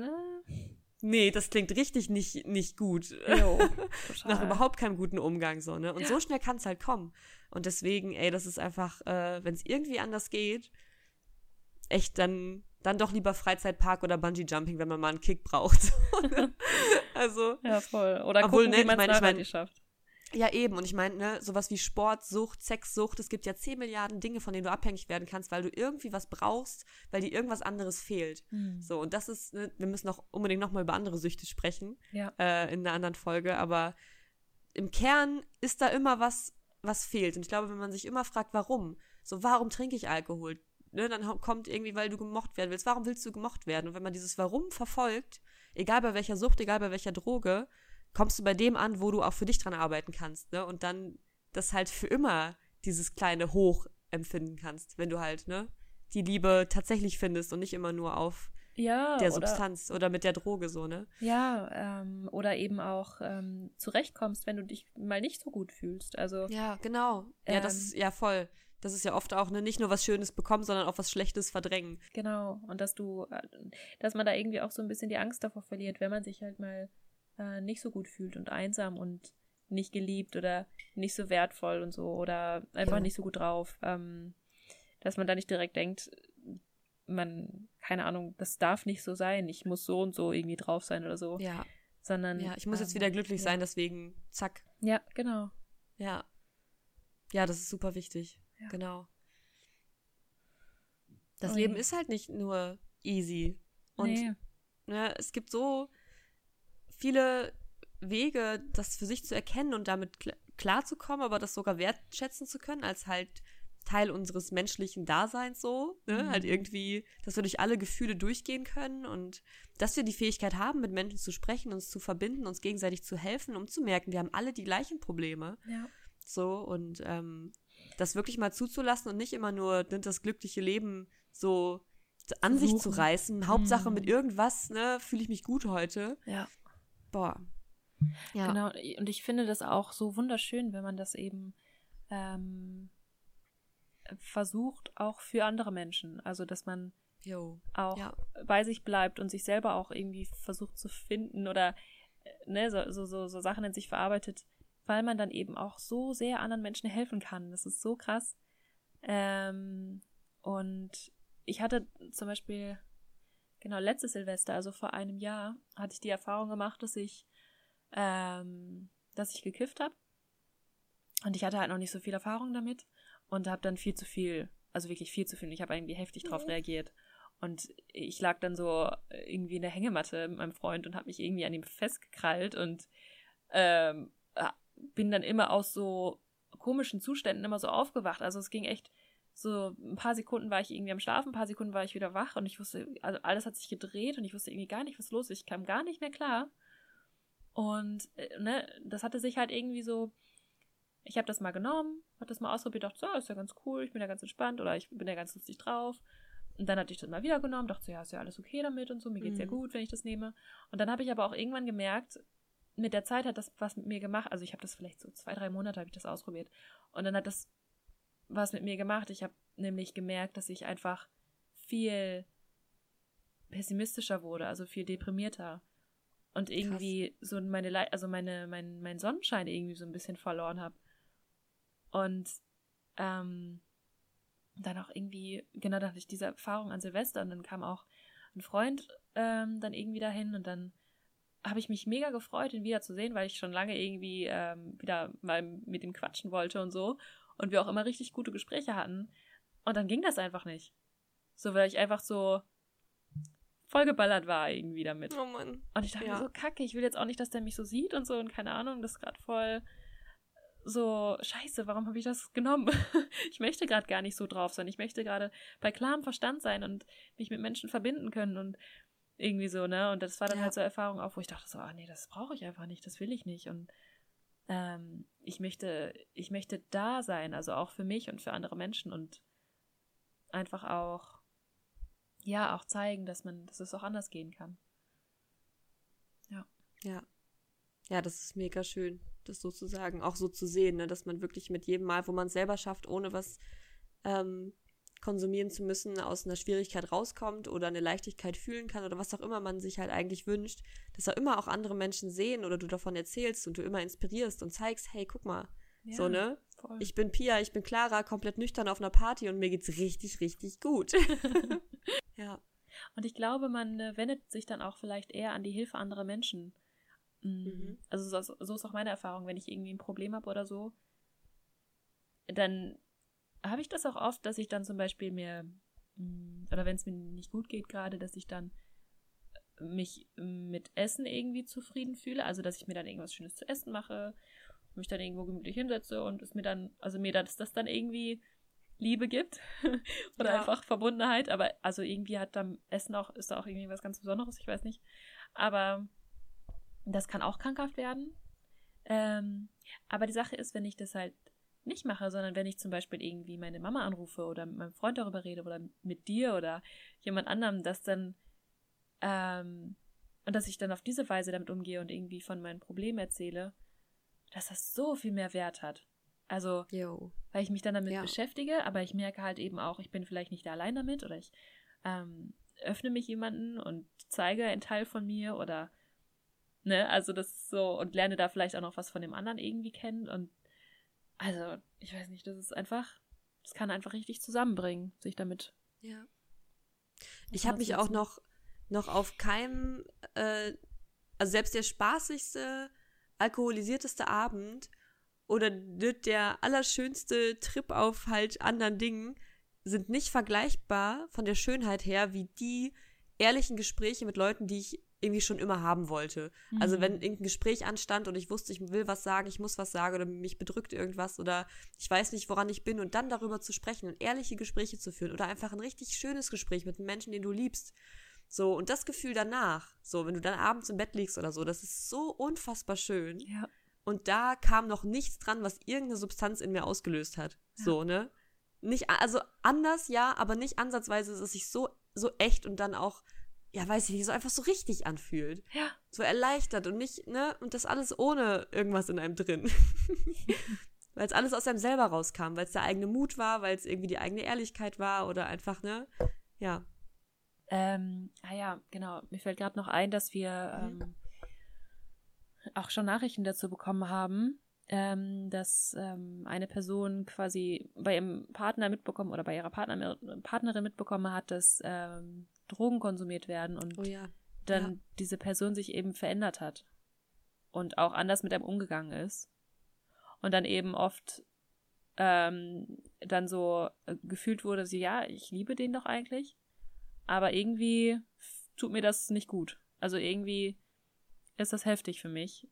Nee, das klingt richtig nicht gut. Jo, Nach überhaupt keinem guten Umgang, so, ne? Und so schnell kann es halt kommen. Und deswegen, das ist einfach, wenn es irgendwie anders geht, echt dann doch lieber Freizeitpark oder Bungee-Jumping, wenn man mal einen Kick braucht. Also. Ja, voll. Oder obwohl, gucken, wie man es nachhaltig schafft. Ja, eben. Und ich meine, ne, sowas wie Sportsucht, Sexsucht, es gibt ja 10 Milliarden Dinge, von denen du abhängig werden kannst, weil du irgendwie was brauchst, weil dir irgendwas anderes fehlt. So, und das ist, ne, wir müssen auch unbedingt nochmal über andere Süchte sprechen, in einer anderen Folge, aber im Kern ist da immer was fehlt. Und ich glaube, wenn man sich immer fragt, warum trinke ich Alkohol? Ne, dann kommt irgendwie, weil du gemocht werden willst. Warum willst du gemocht werden? Und wenn man dieses Warum verfolgt, egal bei welcher Sucht, egal bei welcher Droge, kommst du bei dem an, wo du auch für dich dran arbeiten kannst, ne? Und dann das halt für immer dieses kleine Hoch empfinden kannst, wenn du halt, ne, die Liebe tatsächlich findest und nicht immer nur auf der Substanz oder mit der Droge so, ne? Ja, oder eben auch zurechtkommst, wenn du dich mal nicht so gut fühlst. Also ja, genau. Ja, das ist ja voll. Das ist ja oft auch, ne, nicht nur was Schönes bekommen, sondern auch was Schlechtes verdrängen. Genau. Und dass man da irgendwie auch so ein bisschen die Angst davor verliert, wenn man sich halt mal nicht so gut fühlt und einsam und nicht geliebt oder nicht so wertvoll und so oder einfach nicht so gut drauf, dass man da nicht direkt denkt, keine Ahnung, das darf nicht so sein, ich muss so und so irgendwie drauf sein oder so. Ja. Sondern ja, ich muss jetzt wieder glücklich sein, deswegen zack. Ja, genau. Ja. Ja, das ist super wichtig. Ja. Genau. Das Leben ist halt nicht nur easy. Und ne, es gibt so viele Wege, das für sich zu erkennen und damit klarzukommen, aber das sogar wertschätzen zu können, als halt Teil unseres menschlichen Daseins so, ne? Halt irgendwie, dass wir durch alle Gefühle durchgehen können und dass wir die Fähigkeit haben, mit Menschen zu sprechen, uns zu verbinden, uns gegenseitig zu helfen, um zu merken, wir haben alle die gleichen Probleme. Ja. So, und das wirklich mal zuzulassen und nicht immer nur das glückliche Leben so an sich zu reißen. Hauptsache mit irgendwas, ne, fühle ich mich gut heute. Ja. Boah. Ja. Genau, und ich finde das auch so wunderschön, wenn man das eben versucht, auch für andere Menschen. Also, dass man auch bei sich bleibt und sich selber auch irgendwie versucht zu finden oder ne, so Sachen in sich verarbeitet, weil man dann eben auch so sehr anderen Menschen helfen kann. Das ist so krass. Und ich hatte zum Beispiel, genau, letztes Silvester, also vor einem Jahr, hatte ich die Erfahrung gemacht, dass ich gekifft habe. Und ich hatte halt noch nicht so viel Erfahrung damit und habe dann viel zu viel, also wirklich viel zu viel. Ich habe irgendwie heftig drauf reagiert. Und ich lag dann so irgendwie in der Hängematte mit meinem Freund und habe mich irgendwie an ihm festgekrallt und bin dann immer aus so komischen Zuständen immer so aufgewacht. Also es ging echt so, ein paar Sekunden war ich irgendwie am Schlafen, ein paar Sekunden war ich wieder wach und ich wusste, also alles hat sich gedreht und ich wusste irgendwie gar nicht, was los ist. Ich kam gar nicht mehr klar. Und ne, das hatte sich halt irgendwie so, ich habe das mal genommen, habe das mal ausprobiert, dachte so, ist ja ganz cool, ich bin ja ganz entspannt oder ich bin ja ganz lustig drauf. Und dann hatte ich das mal wieder genommen, dachte so, ja, ist ja alles okay damit und so, mir geht's ja gut, wenn ich das nehme. Und dann habe ich aber auch irgendwann gemerkt, mit der Zeit hat das was mit mir gemacht, also ich habe das vielleicht so 2-3 Monate habe ich das ausprobiert. Und dann hat das was mit mir gemacht. Ich habe nämlich gemerkt, dass ich einfach viel pessimistischer wurde, also viel deprimierter. Und irgendwie so mein Sonnenschein irgendwie so ein bisschen verloren habe. Und dann auch irgendwie, genau, da hatte ich diese Erfahrung an Silvester und dann kam auch ein Freund dann irgendwie dahin und dann habe ich mich mega gefreut, ihn wieder zu sehen, weil ich schon lange irgendwie wieder mal mit ihm quatschen wollte und so. Und wir auch immer richtig gute Gespräche hatten. Und dann ging das einfach nicht. So, weil ich einfach so vollgeballert war irgendwie damit. Oh Mann. Und ich dachte mir so, kacke, ich will jetzt auch nicht, dass der mich so sieht und so und keine Ahnung, das ist gerade voll so, scheiße, warum habe ich das genommen? Ich möchte gerade gar nicht so drauf sein. Ich möchte gerade bei klarem Verstand sein und mich mit Menschen verbinden können und irgendwie so, ne? Und das war dann halt so Erfahrung auch, wo ich dachte so, nee, das brauche ich einfach nicht, das will ich nicht. Und ich möchte da sein, also auch für mich und für andere Menschen und einfach auch, auch zeigen, dass es auch anders gehen kann. Ja. Ja. Ja, das ist mega schön, das sozusagen auch so zu sehen, ne? Dass man wirklich mit jedem Mal, wo man es selber schafft, ohne was konsumieren zu müssen, aus einer Schwierigkeit rauskommt oder eine Leichtigkeit fühlen kann oder was auch immer man sich halt eigentlich wünscht, dass da immer auch andere Menschen sehen oder du davon erzählst und du immer inspirierst und zeigst, hey, guck mal, so, ne? Voll. Ich bin Pia, ich bin Clara, komplett nüchtern auf einer Party und mir geht's richtig, richtig gut. Ja. Und ich glaube, man wendet sich dann auch vielleicht eher an die Hilfe anderer Menschen. Also so ist auch meine Erfahrung, wenn ich irgendwie ein Problem habe oder so, dann habe ich das auch oft, dass ich dann zum Beispiel oder wenn es mir nicht gut geht gerade, dass ich dann mich mit Essen irgendwie zufrieden fühle, also dass ich mir dann irgendwas Schönes zu essen mache, mich dann irgendwo gemütlich hinsetze und es mir dann, also mir das dann irgendwie Liebe gibt oder einfach Verbundenheit, aber also irgendwie hat dann Essen auch, ist da auch irgendwie was ganz Besonderes, ich weiß nicht, aber das kann auch krankhaft werden, aber die Sache ist, wenn ich das halt nicht mache, sondern wenn ich zum Beispiel irgendwie meine Mama anrufe oder mit meinem Freund darüber rede oder mit dir oder jemand anderem, dass dann und dass ich dann auf diese Weise damit umgehe und irgendwie von meinen Problemen erzähle, dass das so viel mehr Wert hat. Also, weil ich mich dann damit beschäftige, aber ich merke halt eben auch, ich bin vielleicht nicht allein damit oder ich öffne mich jemanden und zeige einen Teil von mir oder, ne, also das ist so und lerne da vielleicht auch noch was von dem anderen irgendwie kennen und also, ich weiß nicht, das kann einfach richtig zusammenbringen, sich damit. Ja. Ich habe mich auch noch auf keinem, also selbst der spaßigste, alkoholisierteste Abend oder der allerschönste Trip auf halt anderen Dingen sind nicht vergleichbar von der Schönheit her wie die ehrlichen Gespräche mit Leuten, die ich irgendwie schon immer haben wollte. Also wenn irgendein Gespräch anstand und ich wusste, ich will was sagen, ich muss was sagen oder mich bedrückt irgendwas oder ich weiß nicht, woran ich bin und dann darüber zu sprechen und ehrliche Gespräche zu führen oder einfach ein richtig schönes Gespräch mit einem Menschen, den du liebst. So, und das Gefühl danach, so, wenn du dann abends im Bett liegst oder so, das ist so unfassbar schön. Ja. Und da kam noch nichts dran, was irgendeine Substanz in mir ausgelöst hat. Ja. So, ne? Nicht, also anders, ja, aber nicht ansatzweise, dass es sich so echt und dann auch weiß ich nicht, so einfach so richtig anfühlt. Ja. So erleichtert und nicht, ne, und das alles ohne irgendwas in einem drin. Weil es alles aus einem selber rauskam, weil es der eigene Mut war, weil es irgendwie die eigene Ehrlichkeit war oder einfach, ne, ja. Genau. Mir fällt gerade noch ein, dass wir auch schon Nachrichten dazu bekommen haben, dass eine Person quasi bei ihrem Partner mitbekommen oder bei ihrer Partnerin mitbekommen hat, dass Drogen konsumiert werden und dann diese Person sich eben verändert hat und auch anders mit einem umgegangen ist und dann eben oft dann so gefühlt wurde, sie, ich liebe den doch eigentlich, aber irgendwie tut mir das nicht gut. Also irgendwie ist das heftig für mich.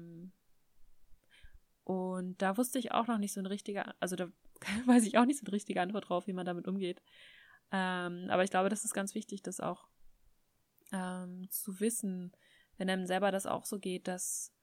Und da wusste ich auch noch nicht so da weiß ich auch nicht so eine richtige Antwort drauf, wie man damit umgeht. Aber ich glaube, das ist ganz wichtig, das auch zu wissen, wenn einem selber das auch so geht, dass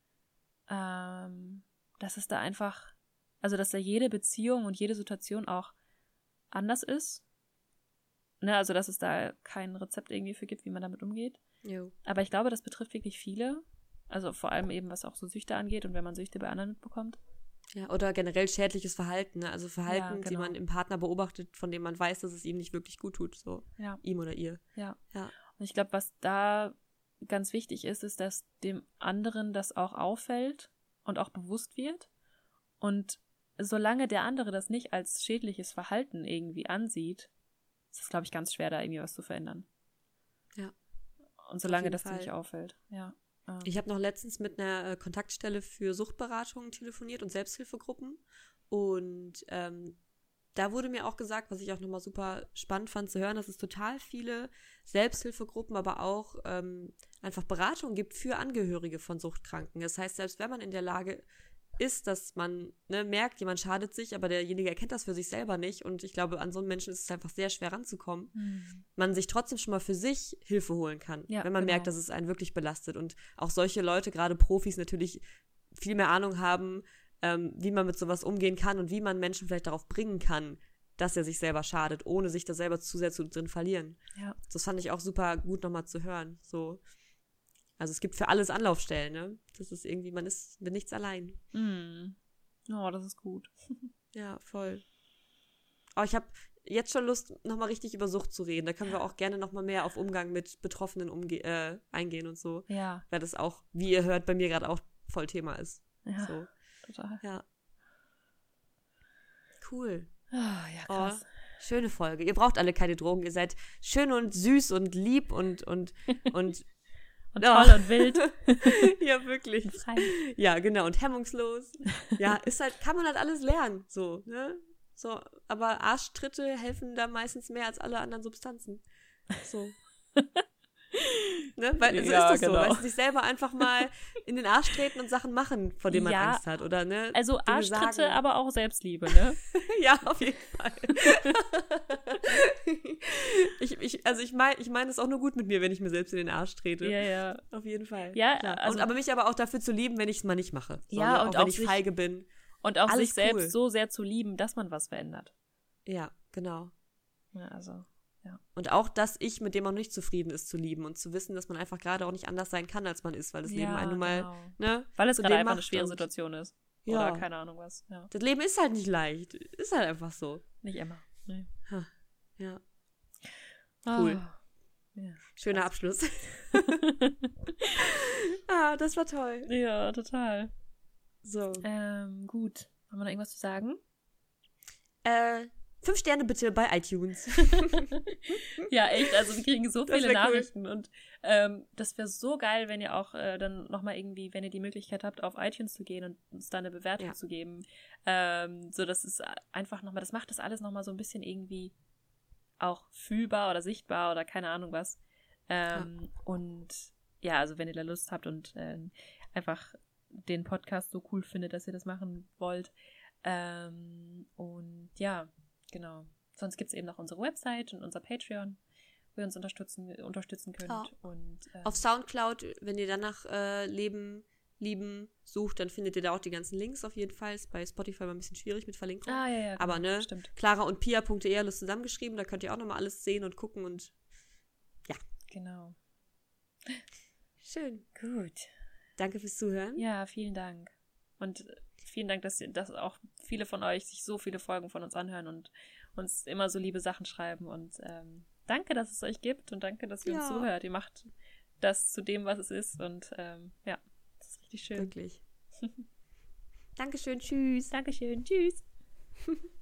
es da einfach, also dass da jede Beziehung und jede Situation auch anders ist. Ne, also dass es da kein Rezept irgendwie für gibt, wie man damit umgeht. Jo. Aber ich glaube, das betrifft wirklich viele. Also vor allem eben, was auch so Süchte angeht und wenn man Süchte bei anderen mitbekommt. Ja, oder generell schädliches Verhalten, ne? Also Verhalten, die genau. man im Partner beobachtet, von dem man weiß, dass es ihm nicht wirklich gut tut, so ihm oder ihr. Ja. Und ich glaube, was da ganz wichtig ist, ist, dass dem anderen das auch auffällt und auch bewusst wird. Und solange der andere das nicht als schädliches Verhalten irgendwie ansieht, ist es, glaube ich, ganz schwer, da irgendwie was zu verändern. Ja. Und solange das nicht auffällt, ja. Ich habe noch letztens mit einer Kontaktstelle für Suchtberatungen telefoniert und Selbsthilfegruppen und da da wurde mir auch gesagt, was ich auch nochmal super spannend fand zu hören, dass es total viele Selbsthilfegruppen, aber auch einfach Beratung gibt für Angehörige von Suchtkranken. Das heißt, selbst wenn man in der Lage ist, dass man merkt, jemand schadet sich, aber derjenige erkennt das für sich selber nicht. Und ich glaube, an so einen Menschen ist es einfach sehr schwer ranzukommen. Man sich trotzdem schon mal für sich Hilfe holen kann, wenn man merkt, dass es einen wirklich belastet. Und auch solche Leute, gerade Profis, natürlich viel mehr Ahnung haben, wie man mit sowas umgehen kann und wie man Menschen vielleicht darauf bringen kann, dass er sich selber schadet, ohne sich da selber zu sehr drin verlieren. Ja. Das fand ich auch super gut nochmal zu hören. So. Also es gibt für alles Anlaufstellen, ne? Das ist irgendwie, man ist mit nichts allein. Oh, das ist gut. Ja, voll. Aber ich habe jetzt schon Lust, nochmal richtig über Sucht zu reden. Da können wir auch gerne nochmal mehr auf Umgang mit Betroffenen eingehen und so. Ja. Weil das auch, wie ihr hört, bei mir gerade auch voll Thema ist. Ja, so. total. Ja. Cool. Ja, krass. Schöne Folge. Ihr braucht alle keine Drogen. Ihr seid schön und süß und lieb und und toll und wild. Ja, wirklich. Frei. Ja, genau. Und hemmungslos. Ja, ist halt, kann man halt alles lernen. So, ne? So, aber Arschtritte helfen da meistens mehr als alle anderen Substanzen. So. Ne? Weil, so Ja, ist das genau. so. Weißt du, sich selber einfach mal in den Arsch treten und Sachen machen, vor denen man Angst hat, oder, ne? Also Dinge Arschtritte, sagen. aber auch Selbstliebe, ne? Ja, auf jeden Fall. ich meine es auch nur gut mit mir, wenn ich mir selbst in den Arsch trete. Ja. Auf jeden Fall. Ja, klar. also, aber mich aber auch dafür zu lieben, wenn ich es mal nicht mache. So, ja, ne? und auch wenn auch ich sich, feige bin. Und auch Alles sich selbst cool. so sehr zu lieben, dass man was verändert. Ja, genau. Ja, also, ja. Und auch das Ich, mit dem man nicht zufrieden ist, zu lieben und zu wissen, dass man einfach gerade auch nicht anders sein kann, als man ist, weil das Leben einen nun mal, ne? Weil es zu gerade dem einfach eine macht schwere und- Situation ist. Ja. Oder keine Ahnung was. Ja. Das Leben ist halt nicht leicht. Ist halt einfach so. Nicht immer. Nee. Ja. Cool. Ja. Schöner Abschluss. Das war toll. Ja, total. So. Gut. Haben wir noch irgendwas zu sagen? 5 Sterne bitte bei iTunes. Ja, echt. Also wir kriegen so Das viele wär Nachrichten und das wäre so geil, wenn ihr auch dann nochmal irgendwie, wenn ihr die Möglichkeit habt, auf iTunes zu gehen und uns da eine Bewertung zu geben. So, das ist einfach nochmal, das macht das alles nochmal so ein bisschen irgendwie auch fühlbar oder sichtbar oder keine Ahnung was. Und ja, also wenn ihr da Lust habt und einfach den Podcast so cool findet, dass ihr das machen wollt. Und ja, genau. Sonst gibt es eben noch unsere Website und unser Patreon, wo ihr uns unterstützen könnt. Ja. Und, Auf Soundcloud, wenn ihr danach lieben sucht, dann findet ihr da auch die ganzen Links auf jeden Fall. Ist bei Spotify mal ein bisschen schwierig mit Verlinkung. ja, genau, aber ne, stimmt. Clara und Pia.de alles zusammengeschrieben, da könnt ihr auch nochmal alles sehen und gucken und ja. Genau. Schön. Gut. Danke fürs Zuhören. Ja, vielen Dank. Und vielen Dank, dass auch viele von euch sich so viele Folgen von uns anhören und uns immer so liebe Sachen schreiben. Und danke, dass es euch gibt und danke, dass ihr uns zuhört. Ihr macht das zu dem, was es ist. Und ja, das ist richtig schön. Wirklich. Dankeschön, tschüss. Dankeschön, tschüss.